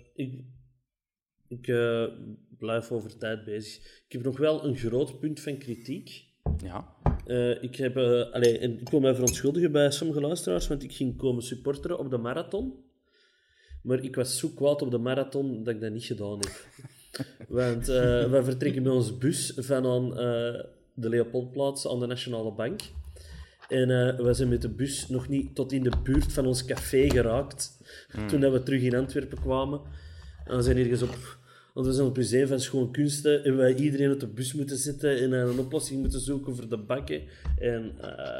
ik blijf over tijd bezig. Ik heb nog wel een groot punt van kritiek. Ja. Ik wil mij verontschuldigen bij sommige luisteraars, want ik ging komen supporteren op de marathon. Maar ik was zo kwaad op de marathon dat ik dat niet gedaan heb. Want wij vertrekken met onze bus van aan de Leopoldplaats aan de Nationale Bank. En wij zijn met de bus nog niet tot in de buurt van ons café geraakt. Toen dat we terug in Antwerpen kwamen. En we zijn ergens want we zijn op het museum van schoon kunsten en wij iedereen op de bus moeten zitten en een oplossing moeten zoeken voor de bakken. En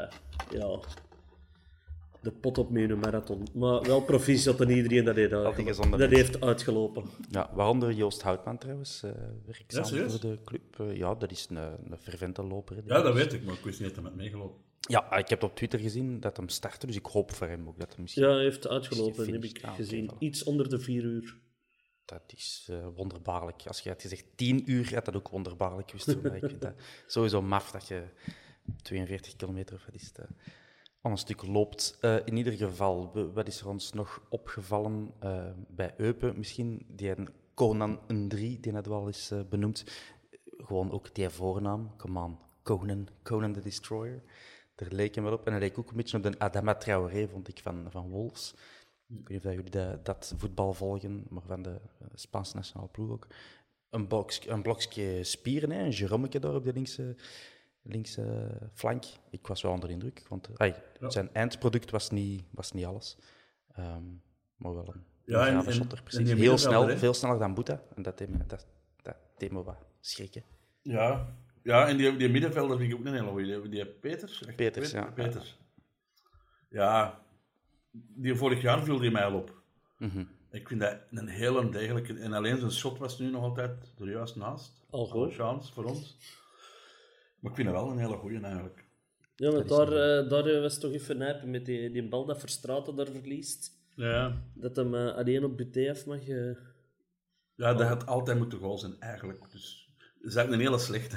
de pot op mee in een marathon. Maar wel proficiat aan iedereen dat heeft uitgelopen. Ja, waaronder Joost Houtman trouwens, werkzaam serieus? voor de club. Ja, dat is een fervente loper. Hè, Ja, dat weet ik, maar ik wist niet dat hij met meegelopen. Ja, ik heb op Twitter gezien dat hem startte, dus ik hoop voor hem ook dat hij misschien... Ja, hij heeft uitgelopen, heb gefinished. ik Ah, gezien. oké, voilà. Iets onder de 4 uur. Dat is wonderbaarlijk. Als je had gezegd 10 uur, had dat ook wonderbaarlijk geweest. Maar ik vind dat sowieso maf dat je 42 kilometer of wat is het, aan een stuk loopt. In ieder geval, wat is er ons nog opgevallen bij Eupen? Misschien die Conan een 3, die net wel eens benoemd. Gewoon ook die voornaam. Come on, Conan the Destroyer. Daar leek hem wel op. En hij leek ook een beetje op de Adama Traoré, vond ik, van Wolves. Ik weet niet of jullie dat voetbal volgen, maar van de Spaanse nationale ploeg ook. Een blokje spieren, hè, een Jeromeke daar op de linkse flank. Ik was wel onder de indruk, want zijn eindproduct was niet alles. Maar wel een grave shotter, precies. Heel snel, veel sneller dan Boeta. En dat deed me wat schrikken. Ja, en die middenvelder vind ik ook een hele goeie. Die Peters? Peters, ja. Peters. Ja, die vorig jaar viel die mij al op. Mm-hmm. Ik vind dat een hele degelijke... En alleen zijn shot was nu nog altijd er juist naast. Al goed. Chance voor ons. Maar ik vind dat wel een hele goeie eigenlijk. Ja, maar daar was toch even nijpen met die bal dat Verstraeten daar verliest. Ja. Dat hem alleen op Buté af mag... Ja, dat had altijd moeten goal zijn eigenlijk. Dus... Dat is eigenlijk een hele slechte.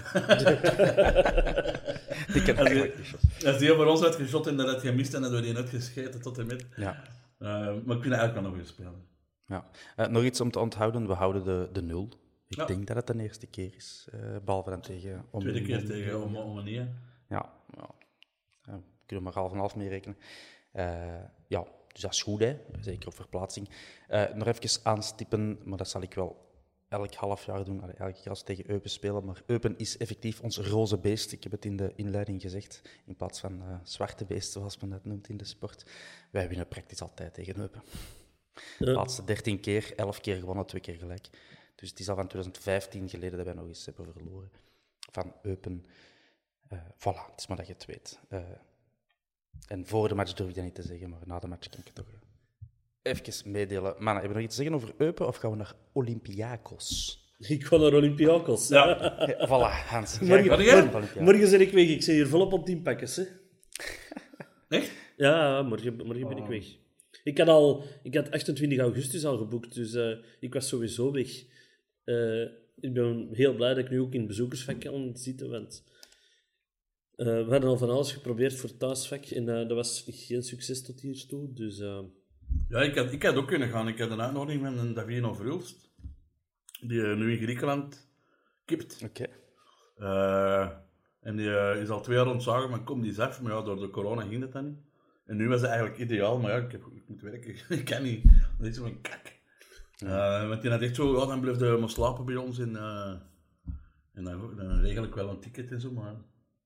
Die kan eigenlijk niet. Als die voor ons had geschot en dat had gemist en hadden we die net gescheten tot en met. Ja. Maar ik vind dat eigenlijk wel nog weer spelen. Ja. Nog iets om te onthouden. We houden de 0. Ik Ja. denk dat het de eerste keer is. Behalve dan tegen... Tweede keer tegen Omania. Ja. Kunnen we maar half en half mee rekenen. Ja, dus dat is goed, hè. Zeker op verplaatsing. Nog even aanstippen, maar dat zal ik wel elk half jaar doen. Elke keer als we tegen Eupen spelen. Maar Eupen is effectief ons roze beest. Ik heb het in de inleiding gezegd. In plaats van zwarte beest, zoals men dat noemt in de sport. Wij winnen praktisch altijd tegen Eupen. De laatste 13 keer, 11 keer gewonnen, 2 keer gelijk. Dus het is al van 2015 geleden dat wij nog eens hebben verloren. Van Eupen. Voilà, het is maar dat je het weet. En voor de match durf ik dat niet te zeggen, maar na de match kan ik het toch even meedelen. Mannen, hebben we nog iets te zeggen over Eupen of gaan we naar Olympiakos? Ik ga naar Olympiakos. Ja. Voilà, Hans. Morgen ben ik weg. Ik zit hier volop op 10 pakkers. Hè. Echt? Ja, morgen ben ik weg. Ik had 28 augustus al geboekt, dus ik was sowieso weg. Ik ben heel blij dat ik nu ook in het bezoekersvak kan zitten, want we hadden al van alles geprobeerd voor het thuisvak en dat was geen succes tot hiertoe. Dus, Ja, ik had ook kunnen gaan. Ik had een uitnodiging met een Davino Verhulst, die nu in Griekenland kipt. Oké. En die is al 2 jaar ontzagen, maar kom die eens af. Maar ja, door de corona ging dat dan niet. En nu was het eigenlijk ideaal, maar ja, ik moet werken. Ik kan niet. Dat is zo'n kak. Want die had echt zo, dan bleef hij maar slapen bij ons en dan regel ik wel een ticket en zo, maar...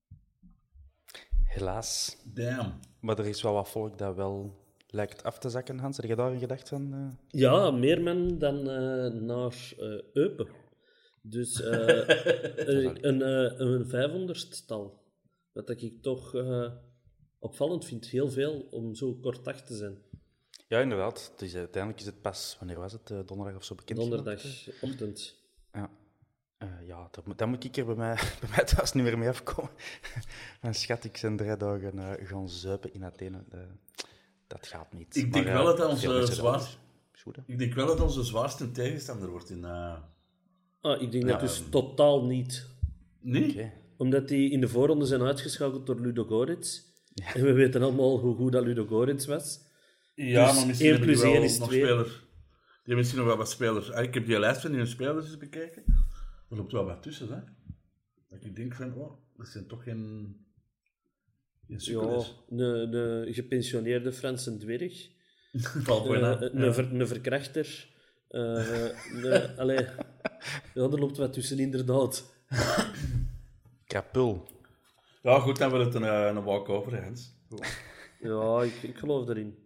Helaas. Damn. Maar er is wel wat volk dat wel lijkt af te zakken, Hans. Heb je daar een gedacht van? Ja, meer men dan naar Eupen. Dus een 500-stal. Dat ik toch opvallend vind. Heel veel om zo kort achter te zijn. Ja, inderdaad. Dus, uiteindelijk is het pas, wanneer was het? Donderdag of zo bekend? Donderdagochtend. Ja. Dan moet ik er bij mij thuis niet meer mee afkomen. Dan schat, ik zijn 3 dagen gaan zuipen in Athene. Dat gaat niet. Ik denk wel dat dat onze zwaarste tegenstander wordt in... Ik denk dat dus totaal niet. Nee? Okay. Omdat die in de voorronde zijn uitgeschakeld door Ludogorets. Ja. En we weten allemaal hoe goed dat Ludogorets was. Ja, dus maar misschien 1 plus 1 is 2. Die hebben misschien nog wel wat spelers. Ik heb die lijst van die spelers eens bekeken. Er loopt wel wat tussen, hè. Dat ik denk van, dat zijn toch geen sukkelers. Ja, een gepensioneerde Franse dwerg. Een verkrachter. Er loopt wat tussen, inderdaad. Kapul. Ja, goed, dan wil het een walk-over, Hans. Ja, ik geloof erin.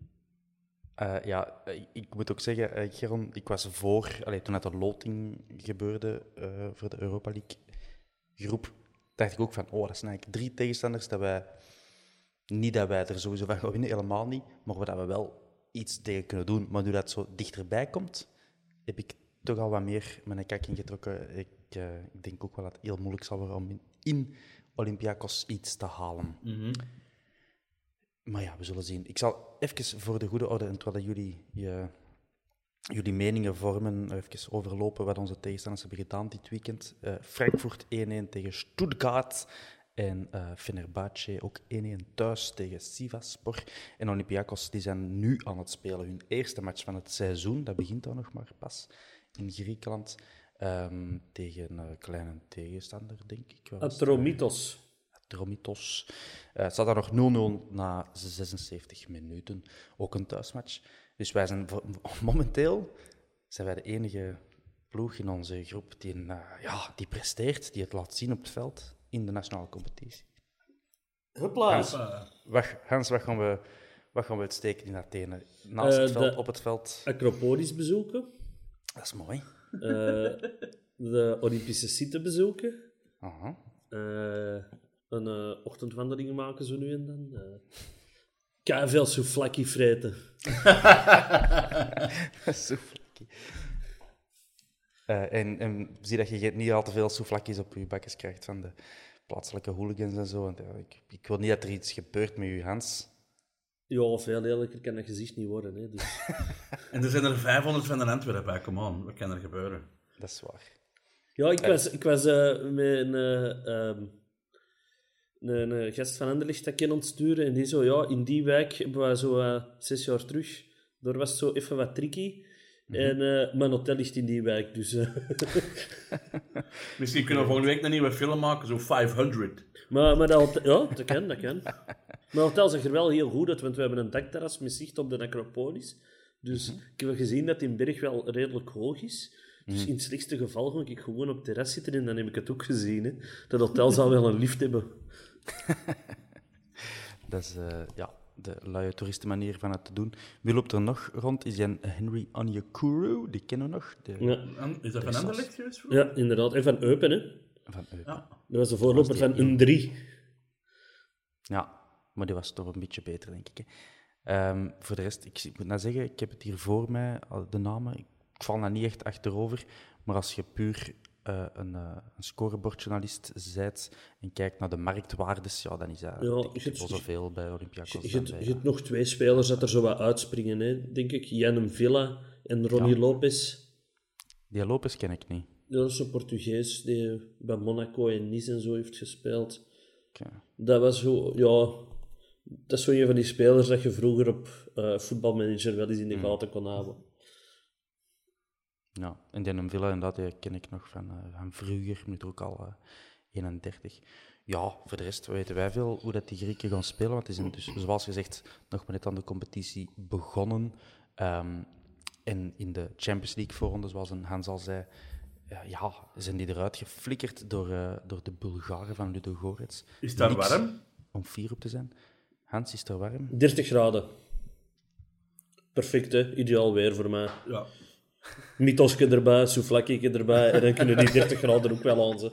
Ik moet ook zeggen, Geron, ik was toen het de loting gebeurde voor de Europa League groep, dacht ik ook van, dat zijn eigenlijk 3 tegenstanders dat wij er sowieso van gaan winnen, helemaal niet, maar waar we wel iets tegen kunnen doen. Maar nu dat zo dichterbij komt, heb ik toch al wat meer mijn kak ingetrokken. Ik denk ook wel dat het heel moeilijk zal worden om in Olympiakos iets te halen. Mm-hmm. Maar ja, we zullen zien. Ik zal even voor de goede orde, en terwijl jullie meningen vormen, even overlopen wat onze tegenstanders hebben gedaan dit weekend. Frankfurt 1-1 tegen Stuttgart en Fenerbahce ook 1-1 thuis tegen Sivasspor. En Olympiakos die zijn nu aan het spelen, hun eerste match van het seizoen. Dat begint dan nog maar pas in Griekenland. Tegen een kleine tegenstander, denk ik. Atromitos. Het staat daar nog 0-0 na 76 minuten. Ook een thuismatch. Dus wij zijn momenteel de enige ploeg in onze groep die presteert, die het laat zien op het veld in de nationale competitie. Hopla. Hans, wat gaan we uitsteken in Athene? Naast het veld, op het veld? Acropolis bezoeken. Dat is mooi. De Olympische site bezoeken. Aha. Een ochtendwandeling maken zo nu en dan. Veel souvlaki vreten. Souvlaki. En zie dat je niet al te veel souvlakis op je bakjes krijgt van de plaatselijke hooligans en zo. Want, ik wil niet dat er iets gebeurt met je, Hans. Ja, veel eerlijker kan dat gezicht niet worden. Hè, dus. En er zijn er 500 van de Antwerpen bij, come on. Wat kan er gebeuren? Dat is waar. Ja, ik was met een gast van Anderlecht dat ik aan het sturen. En die zo, ja, in die wijk hebben we zo 6 jaar terug. Daar was het zo even wat tricky. Mm-hmm. En mijn hotel ligt in die wijk, dus... Misschien kunnen we volgende week een nieuwe film maken, zo 500. Maar dat hotel... Ja, dat kan. Mijn hotel zag er wel heel goed uit, want we hebben een dakterras met zicht op de Acropolis. Dus ik heb gezien dat die berg wel redelijk hoog is. Dus in het slechtste geval ga ik gewoon op het terras zitten en dan heb ik het ook gezien. Hè. Dat hotel zal wel een lift hebben. Dat is de luie toeristenmanier van het te doen. Wie loopt er nog rond? Is die Henry Onyekuru? Die kennen we nog. Is dat van Anderlecht geweest? Ja, inderdaad. En van Eupen, hè. Van Eupen. Ja. Dat was de voorloper van een 3. Ja, maar die was toch een beetje beter, denk ik. Hè. Voor de rest, ik moet nou zeggen, ik heb het hier voor mij, de namen. Ik val daar niet echt achterover. Maar als je puur een scorebordjournalist bent en kijkt naar de marktwaardes, ja, dan is dat wel zoveel bij Olympiakos. Je hebt nog 2 spelers dat er zo wat uitspringen, hè, denk ik. Jan Villa en Ronnie Lopez. Die Lopez ken ik niet. Dat is een Portugees die bij Monaco en Nice en zo heeft gespeeld. Okay. Dat was zo, ja... Dat is zo een van die spelers dat je vroeger op voetbalmanager wel eens in de gaten kon houden. Ja, en die Villa, inderdaad, die ken ik nog van vroeger, nu ook al 31. Ja, voor de rest weten wij veel hoe dat die Grieken gaan spelen. Want die zijn dus, zoals gezegd, nog maar net aan de competitie begonnen. En in de Champions League voorronde, zoals een Hans al zei, zijn die eruit geflikkerd door de Bulgaren van Ludogorets. Is daar warm? Om 4 op te zijn. Hans, is het warm? 30 graden. Perfect, hè? Ideaal weer voor mij. Ja. Mythosje erbij, souvlakje erbij, en dan kunnen die 30 graden ook wel aan ze.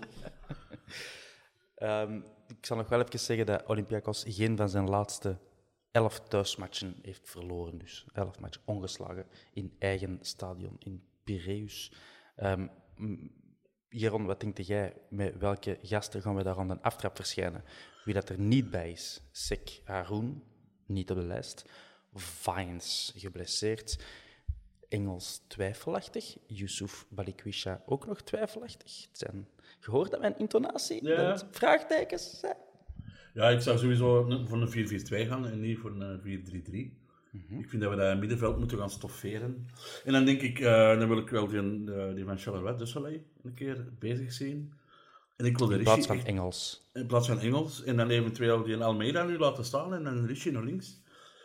Ik zal nog wel even zeggen dat Olympiakos geen van zijn laatste 11 thuismatchen heeft verloren. Dus 11 matchen ongeslagen in eigen stadion in Piraeus. Jeroen, wat denk jij? Met welke gasten gaan we daar aan de aftrap verschijnen? Wie dat er niet bij is? Sek Haroun, niet op de lijst. Vines, geblesseerd. Engels, twijfelachtig. Yusuf Balikwisha, ook nog twijfelachtig. Je hoort dat mijn intonatie dat het vraagtekens zijn. Ja, ik zou sowieso voor een 4-4-2 gaan en niet voor een 4-3-3. Ik vind dat we dat middenveld moeten gaan stofferen. En dan denk ik, dan wil ik wel die van Charleroi de Soleil een keer bezig zien. En ik wil de In plaats van Engels. In plaats van Engels. En dan eventueel die Almeida nu laten staan en dan Ricci naar links.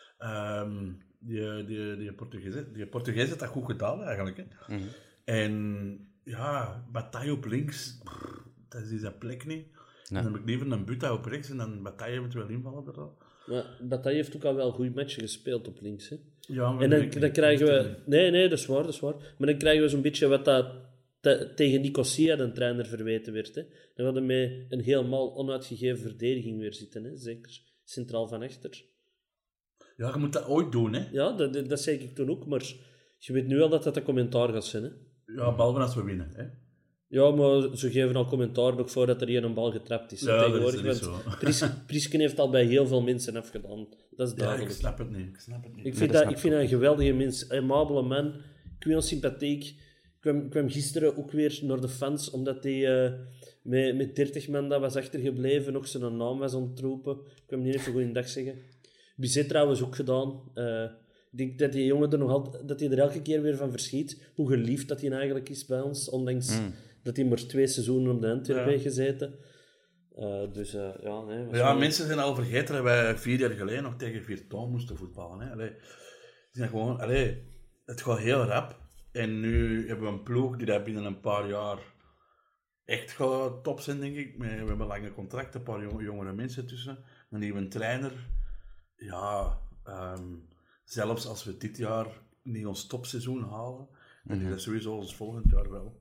Die Portugees heeft dat goed gedaan eigenlijk. Hè. En ja, Bataille op links, dat is dat plek niet. Nee. Dan heb ik liever een Buta op rechts en dan Bataille eventueel invallen er al. Maar Bataille heeft ook al wel goede matchen gespeeld op links. Hè? Ja, en dan krijgen we... Nee, dat is waar. Maar dan krijgen we zo'n beetje wat dat tegen Nicosia, de trainer, verweten werd. Hè? Dan hadden we met een helemaal onuitgegeven verdediging weer zitten. Hè? Zeker centraal van achter. Ja, je moet dat ooit doen, hè? Ja, dat zei ik toen ook. Maar je weet nu al dat een commentaar gaat zijn. Hè? Ja, behalve als we winnen, hè? Ja, maar ze geven al commentaar nog voordat er hier een bal getrapt is. Ja, tegenwoordig, dat is niet zo. Prisken heeft al bij heel veel mensen afgedaan. Dat is duidelijk. Ja, ik snap het niet. Ik vind dat een geweldige mens. Een amabele man. Ik vind hem sympathiek. Ik kwam gisteren ook weer naar de fans, omdat hij met 30 man dat was achtergebleven nog zijn naam was ontroepen. Ik kwam niet even goed in dag zeggen. Bizet trouwens ook gedaan. Ik denk dat die jongen dat hij er elke keer weer van verschiet. Hoe geliefd dat hij eigenlijk is bij ons, ondanks... dat hij maar 2 seizoenen op de Antwerpen heeft gezeten. Mensen zijn al vergeten dat wij 4 jaar geleden nog tegen Virton moesten voetballen. Hè. Het gaat heel rap. En nu hebben we een ploeg die daar binnen een paar jaar echt gaat top zijn, denk ik. We hebben lange contracten, een paar jongere mensen tussen. Een nieuwe trainer. Ja, zelfs als we dit jaar niet ons topseizoen halen, dan is dat sowieso ons volgend jaar wel.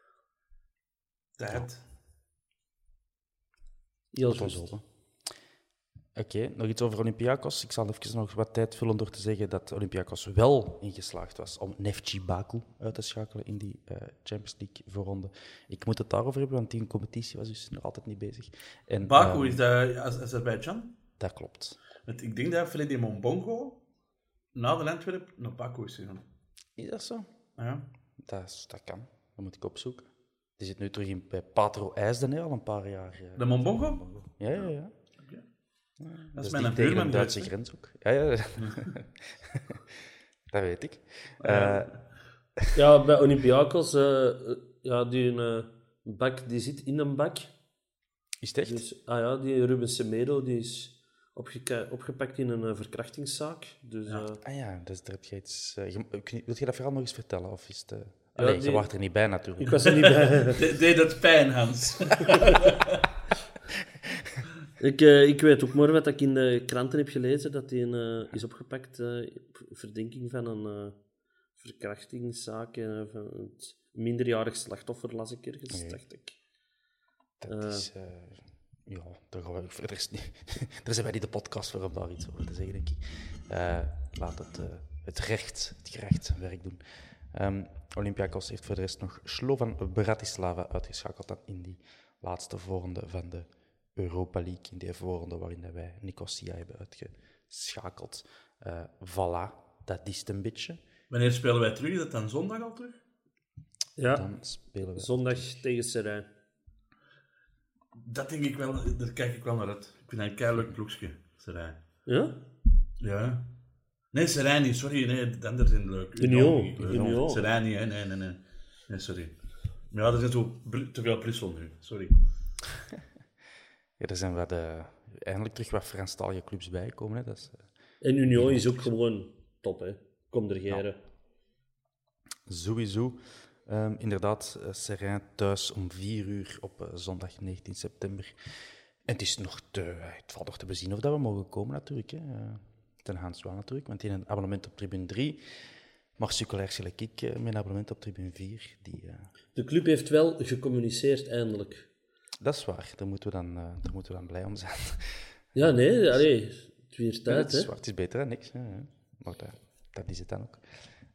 Tijd. Heel goed. Oké, nog iets over Olympiakos. Ik zal even nog wat tijd vullen door te zeggen dat Olympiakos wel ingeslaagd was om Neftchi Baku uit te schakelen in die Champions League voorronde. Ik moet het daarover hebben, want die competitie was dus nog altijd niet bezig. En, Baku, is dat Azerbeidzjan? Dat klopt. Want ik denk dat Freddy Mombongo na de Antwerp naar Baku is gegaan. Is dat zo? Ja. Dat kan. Dat moet ik opzoeken. Die zit nu terug bij Patro IJsden al een paar jaar. De Mombongo? Ja. Dat is mijn tegen een Duitse grens ook. Ja. Dat weet ik. Ja, bij Olympiakos, die bak die zit in een bak. Is het echt? Dus, die Ruben Semedo die is opgepakt in een verkrachtingszaak. Dus, dus daar heb je iets... wil je dat verhaal nog eens vertellen? Of is het... je was er niet bij natuurlijk. Ik was er niet bij. Deed het pijn, Hans? Ik weet ook maar wat ik in de kranten heb gelezen, dat hij is opgepakt op verdenking van een verkrachtingszaak van het minderjarig slachtoffer, las ik ergens, dacht ik. Dat is... daar gaan we verder niet... Daar zijn wij niet de podcast voor om daar iets over te zeggen, denk ik. Laat het gerecht zijn werk doen. Olympiakos heeft voor de rest nog Slovan Bratislava uitgeschakeld dan in die laatste voorronde van de Europa League, in die voorronde waarin wij Nicosia hebben uitgeschakeld. Voilà, dat is het een beetje. Wanneer spelen wij terug? Is dat dan zondag al terug? Ja, dan spelen we zondag tegen Serijn. Dat denk ik wel, daar kijk ik wel naar uit. Ik vind dat een keihard ploegje, Serijn. Ja? Ja. Nee, Serijn niet, sorry. Nee, de anderen zijn leuk. Union. Serijn niet, nee. Nee, sorry. Ja, er is te veel Brussel nu, sorry. er zijn eindelijk terug wat Franstalige clubs bijgekomen. Hè. Dat is, En Union is ook gewoon top, hè. Kom er geren. Sowieso. Inderdaad, Serrain thuis om 4:00 op zondag 19 september. En het is het valt nog te bezien of dat we mogen komen natuurlijk. Hè. Ten Hans wel natuurlijk, want die heeft een abonnement op tribune 3. Maar succulair gelijk ik met een abonnement op tribune 4. De club heeft wel gecommuniceerd, eindelijk. Dat is waar, daar moeten we dan blij om zijn. Ja, nee, het weer tijd, het is hè. waar, het is beter dan niks. Hè. Maar dat is het dan ook.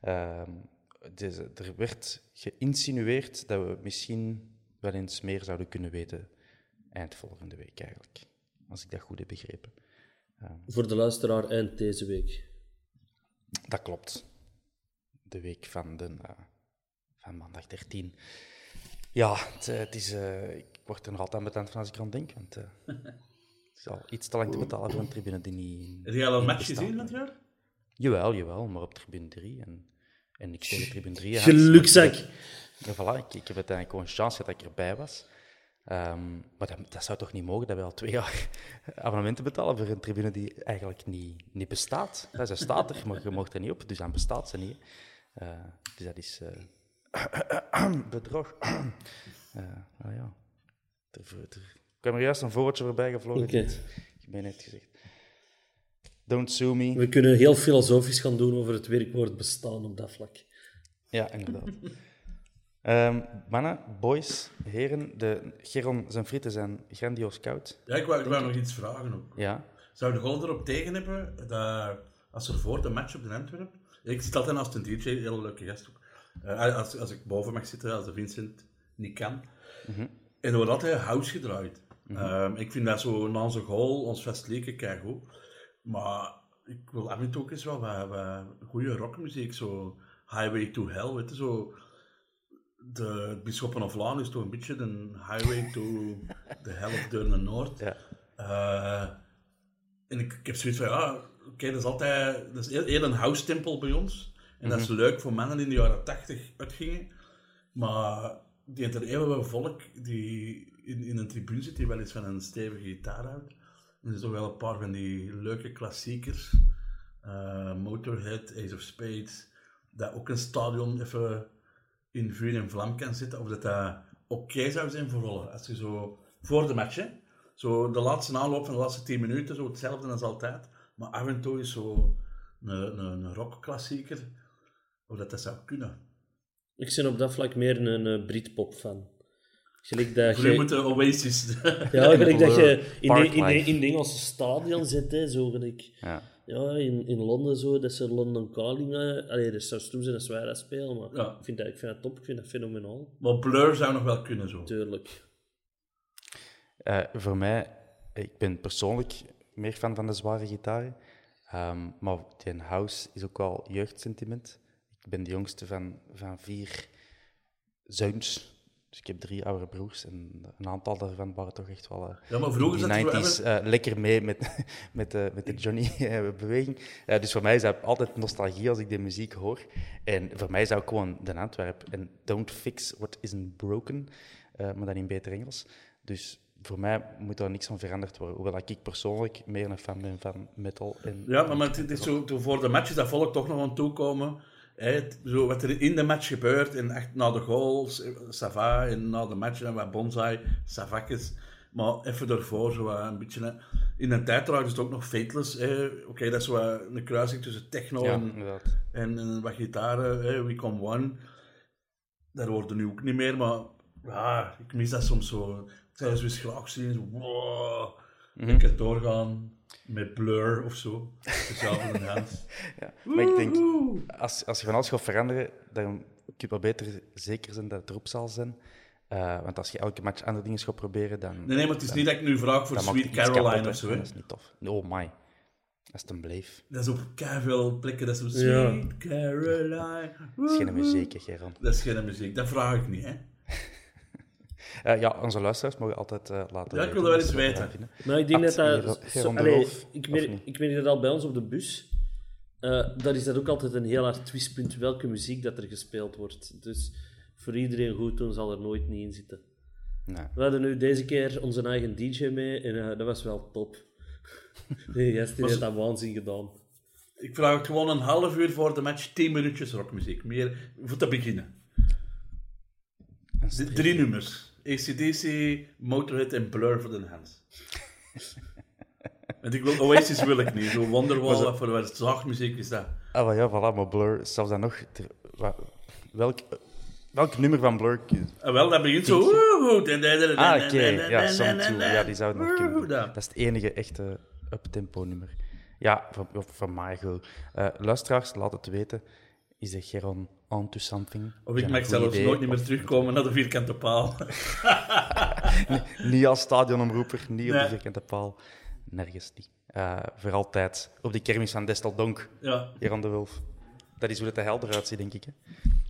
Er werd geïnsinueerd dat we misschien wel eens meer zouden kunnen weten eind volgende week eigenlijk. Als ik dat goed heb begrepen. Voor de luisteraar eind deze week. Dat klopt. De week van maandag 13. Ja, het is, ik word er nog altijd ambetant van als ik eraan denk. Want het is al iets te lang te betalen voor een tribune die niet. Heb je al een match gezien dat jaar? Jawel, maar op tribune 3. En ik zeg tribune 3. Gelukzak! Ja, voilà, ik heb uiteindelijk gewoon een chance dat ik erbij was. Maar dat zou toch niet mogen, dat we al 2 jaar abonnementen betalen voor een tribune die eigenlijk niet bestaat. Ze staat er, maar je mocht er niet op, dus dan bestaat ze niet. Dus dat is bedrog. Ja. Er kwam er juist een voorwoordje voorbij gevlogen. Okay. Ik ben net gezegd. Don't sue me. We kunnen heel filosofisch gaan doen over het werkwoord bestaan op dat vlak. Ja, inderdaad. Mannen, boys, heren, Geron zijn frieten zijn grandioos koud. Ja, ik wou nog iets vragen ook. Ja. Zou de gewoon erop tegen hebben dat als er voor de match op de Antwerp... Ik zit altijd naast een DJ, een hele leuke gast ook. Als ik boven mag zitten, als de Vincent niet kan. En er wordt altijd house gedraaid. Ik vind dat zo na zo'n goal, ons festelijke, keigoed. Maar ik wil af en toe ook eens wel wat goede rockmuziek, zo Highway to Hell, weet je, zo... De Bisschoppen of Laan is toch een beetje de Highway to the Hell of Deurne Noord. Ja. En ik heb zoiets van, oké, dat is heel een house-tempel bij ons. En dat is leuk voor mannen die in de jaren 80 uitgingen. Maar die heeft er even wel volk die in een tribune zit, die wel eens van een stevige gitaar houdt. En er zijn toch wel een paar van die leuke klassiekers. Motorhead, Ace of Spades. Dat ook een stadion even in vuur en vlam kan zitten. Of dat oké zou zijn voor rollen. Als je zo voor de match, hè, zo de laatste aanloop van de laatste 10 minuten, zo hetzelfde als altijd. Maar af en toe is zo een rockklassieker. Of dat zou kunnen. Ik ben op dat vlak meer een Britpop-fan. Gelijk dat Voor u moet de Oasis... Ja, gelijk dat je in de Engelse stadion zit, hè, zo gelijk. Ja, in Londen zo, dat ze London Calling... dat zou stoem zijn als wij dat spelen, maar Ja. ik vind dat top, ik vind dat fenomenaal. Maar Blur zou nog wel kunnen, zo. Tuurlijk. Voor mij, ik ben persoonlijk meer fan van de zware gitaren. Maar die house is ook wel jeugdsentiment. Ik ben de jongste van 4 zoons. Dus ik heb 3 oudere broers en een aantal daarvan waren toch echt wel Ja, maar vroeger die zat 90's lekker mee met de Johnny-beweging. Dus voor mij is dat altijd nostalgie als ik die muziek hoor. En voor mij zou ik gewoon de Antwerp en Don't Fix What Isn't Broken, maar dan in beter Engels. Dus voor mij moet daar niks van veranderd worden. Hoewel ik persoonlijk meer een fan ben van metal. Ja, maar het is zo, voor de matches dat volk toch nog aan toekomen. Zo wat er in de match gebeurt, en echt na de goals, Sava, en na de match, en wat bonsai, Savakjes. Maar even daarvoor, zo een beetje... In een tijd trouwens is het ook nog Fateless. Oké, dat is zo een kruising tussen techno en wat gitaren. We Come One. Daar worden nu ook niet meer, maar ja, ik mis dat soms zo. Ik zou eens graag zien, zo, wow, ik kan doorgaan met Blur of zo. Speciaal voor de Hans. Ja, maar ik denk, als je van alles gaat veranderen, dan kun je wel beter zeker zijn dat het erop zal zijn. Want als je elke match andere dingen gaat proberen, dan... Nee, maar het is niet dat ik nu vraag voor Sweet Caroline of zo. Dat is niet tof. Oh my. Als het een bleef. Dat is op keiveel plekken, dat is zo Sweet Caroline. Dat is geen muziek, hè, Geron. Dat is geen muziek, dat vraag ik niet, hè. Ja, onze luisteraars mogen altijd laten Ja, ik wil dat wel eens weten. Maar ik denk ik merk dat al bij ons op de bus. Daar is dat ook altijd een heel hard twistpunt welke muziek dat er gespeeld wordt. Dus voor iedereen goed doen zal er nooit niet in zitten. Nee. We hadden nu deze keer onze eigen DJ mee en dat was wel top. Die gast die heeft dat waanzin gedaan. Ik vraag het gewoon een half uur voor de match, 10 minuutjes rockmuziek. Meer voor te beginnen. 3 nummers. AC/DC, Motorhead en Blur voor de Hands. En ik wil Oasis wil ik niet. Zo Wonderwall, wat voor wat zachtmuziek is dat? Ah, maar ja, voilà, maar Blur, zelfs dan nog... Welk nummer van Blur? Wel, dat begint zo... Oké. Ja, ja, die zou het nog kunnen doen. Dat is het enige echte up-tempo nummer. Ja, van Margot. Luisteraars, laat het weten. Is de Geron onto something? Of ik mag zelfs nooit niet meer terugkomen naar de vierkante paal. Niet als stadionomroeper, niet op de vierkante paal. Nergens niet. Voor altijd op die kermis van Desteldonk. Ja. Geron de Wulf. Dat is hoe het er helder uitziet, denk ik. Hè?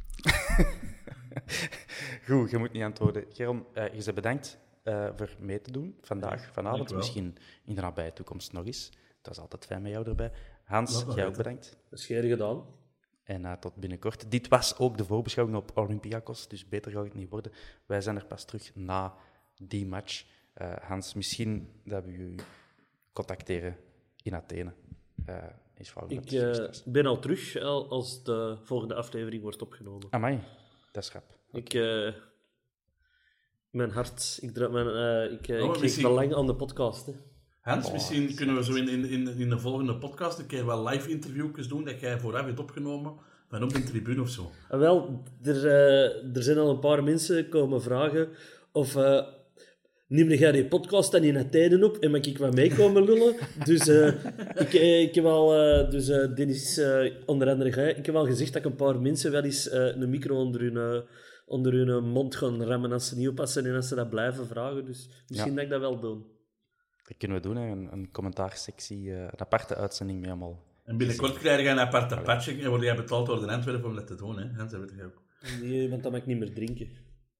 Goed, je moet niet antwoorden. Geron, je bent bedankt voor mee te doen vandaag, vanavond. Misschien in de nabije toekomst nog eens. Het was altijd fijn met jou erbij. Hans, jij ook bedankt. Dat is gedaan. En tot binnenkort. Dit was ook de voorbeschouwing op Olympiakos, dus beter gaat het niet worden. Wij zijn er pas terug na die match. Hans, misschien dat we u contacteren in Athene. Ik ben al terug als de volgende aflevering wordt opgenomen. Amai, dat is grap. Mijn hart, ik kreeg belang aan de podcast. Hè. Hans, misschien kunnen we zo in de volgende podcast een keer wel live interviewjes doen dat jij vooraf hebt opgenomen van op de tribune of zo. Wel, er zijn al een paar mensen komen vragen of neem jij die podcast dan in Athene op en mag ik wat meekomen lullen? Dus ik heb al, Dennis, onder andere jij, ik heb al gezegd dat ik een paar mensen wel eens een micro onder hun mond gaan rammen als ze niet oppassen en als ze dat blijven vragen. Dus misschien dat ik dat wel doe. Dat kunnen we doen, hè. Een commentaarsectie, een aparte uitzending mee allemaal. En binnenkort krijg je een aparte patching en word jij betaald door de Antwerpen om dat te doen. Hè? Hans, dat weet jij ook. Nee, want dan mag ik niet meer drinken.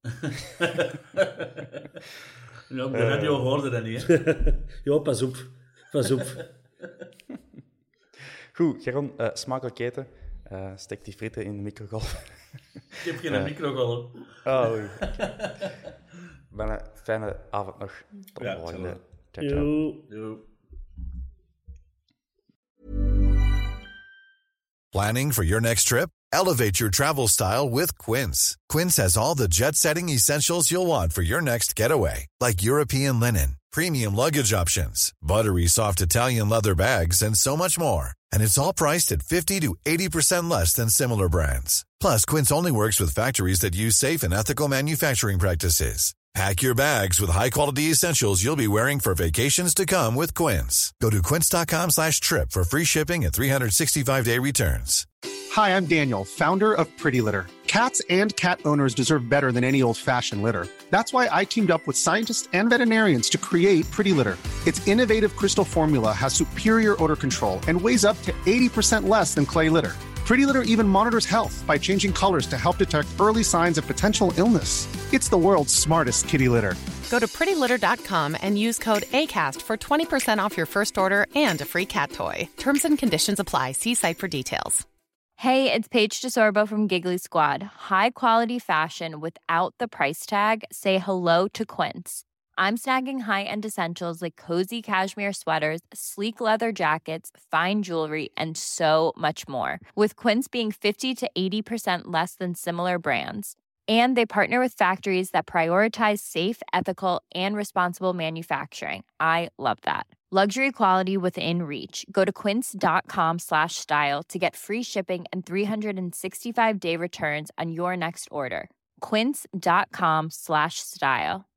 Ja, op de radio hoorde dat niet, hè? Ja, pas op. Goed, Geron, smakelijk eten. Steek die frieten in de microgolf. Ik heb geen microgolf. Oh, oei. Een fijne avond nog. Tot de volgende. Ciao. Yo. Planning for your next trip? Elevate your travel style with Quince. Quince has all the jet-setting essentials you'll want for your next getaway, like European linen, premium luggage options, buttery soft Italian leather bags, and so much more. And it's all priced at 50 to 80% less than similar brands. Plus, Quince only works with factories that use safe and ethical manufacturing practices. Pack your bags with high-quality essentials you'll be wearing for vacations to come with Quince. Go to quince.com/trip for free shipping and 365-day returns. Hi, I'm Daniel, founder of Pretty Litter. Cats and cat owners deserve better than any old-fashioned litter. That's why I teamed up with scientists and veterinarians to create Pretty Litter. Its innovative crystal formula has superior odor control and weighs up to 80% less than clay litter. Pretty Litter even monitors health by changing colors to help detect early signs of potential illness. It's the world's smartest kitty litter. Go to prettylitter.com and use code ACAST for 20% off your first order and a free cat toy. Terms and conditions apply. See site for details. Hey, it's Paige DeSorbo from Giggly Squad. High quality fashion without the price tag. Say hello to Quince. I'm snagging high-end essentials like cozy cashmere sweaters, sleek leather jackets, fine jewelry, and so much more. With Quince being 50 to 80% less than similar brands. And they partner with factories that prioritize safe, ethical, and responsible manufacturing. I love that. Luxury quality within reach. Go to quince.com/style to get free shipping and 365-day returns on your next order. Quince.com/style.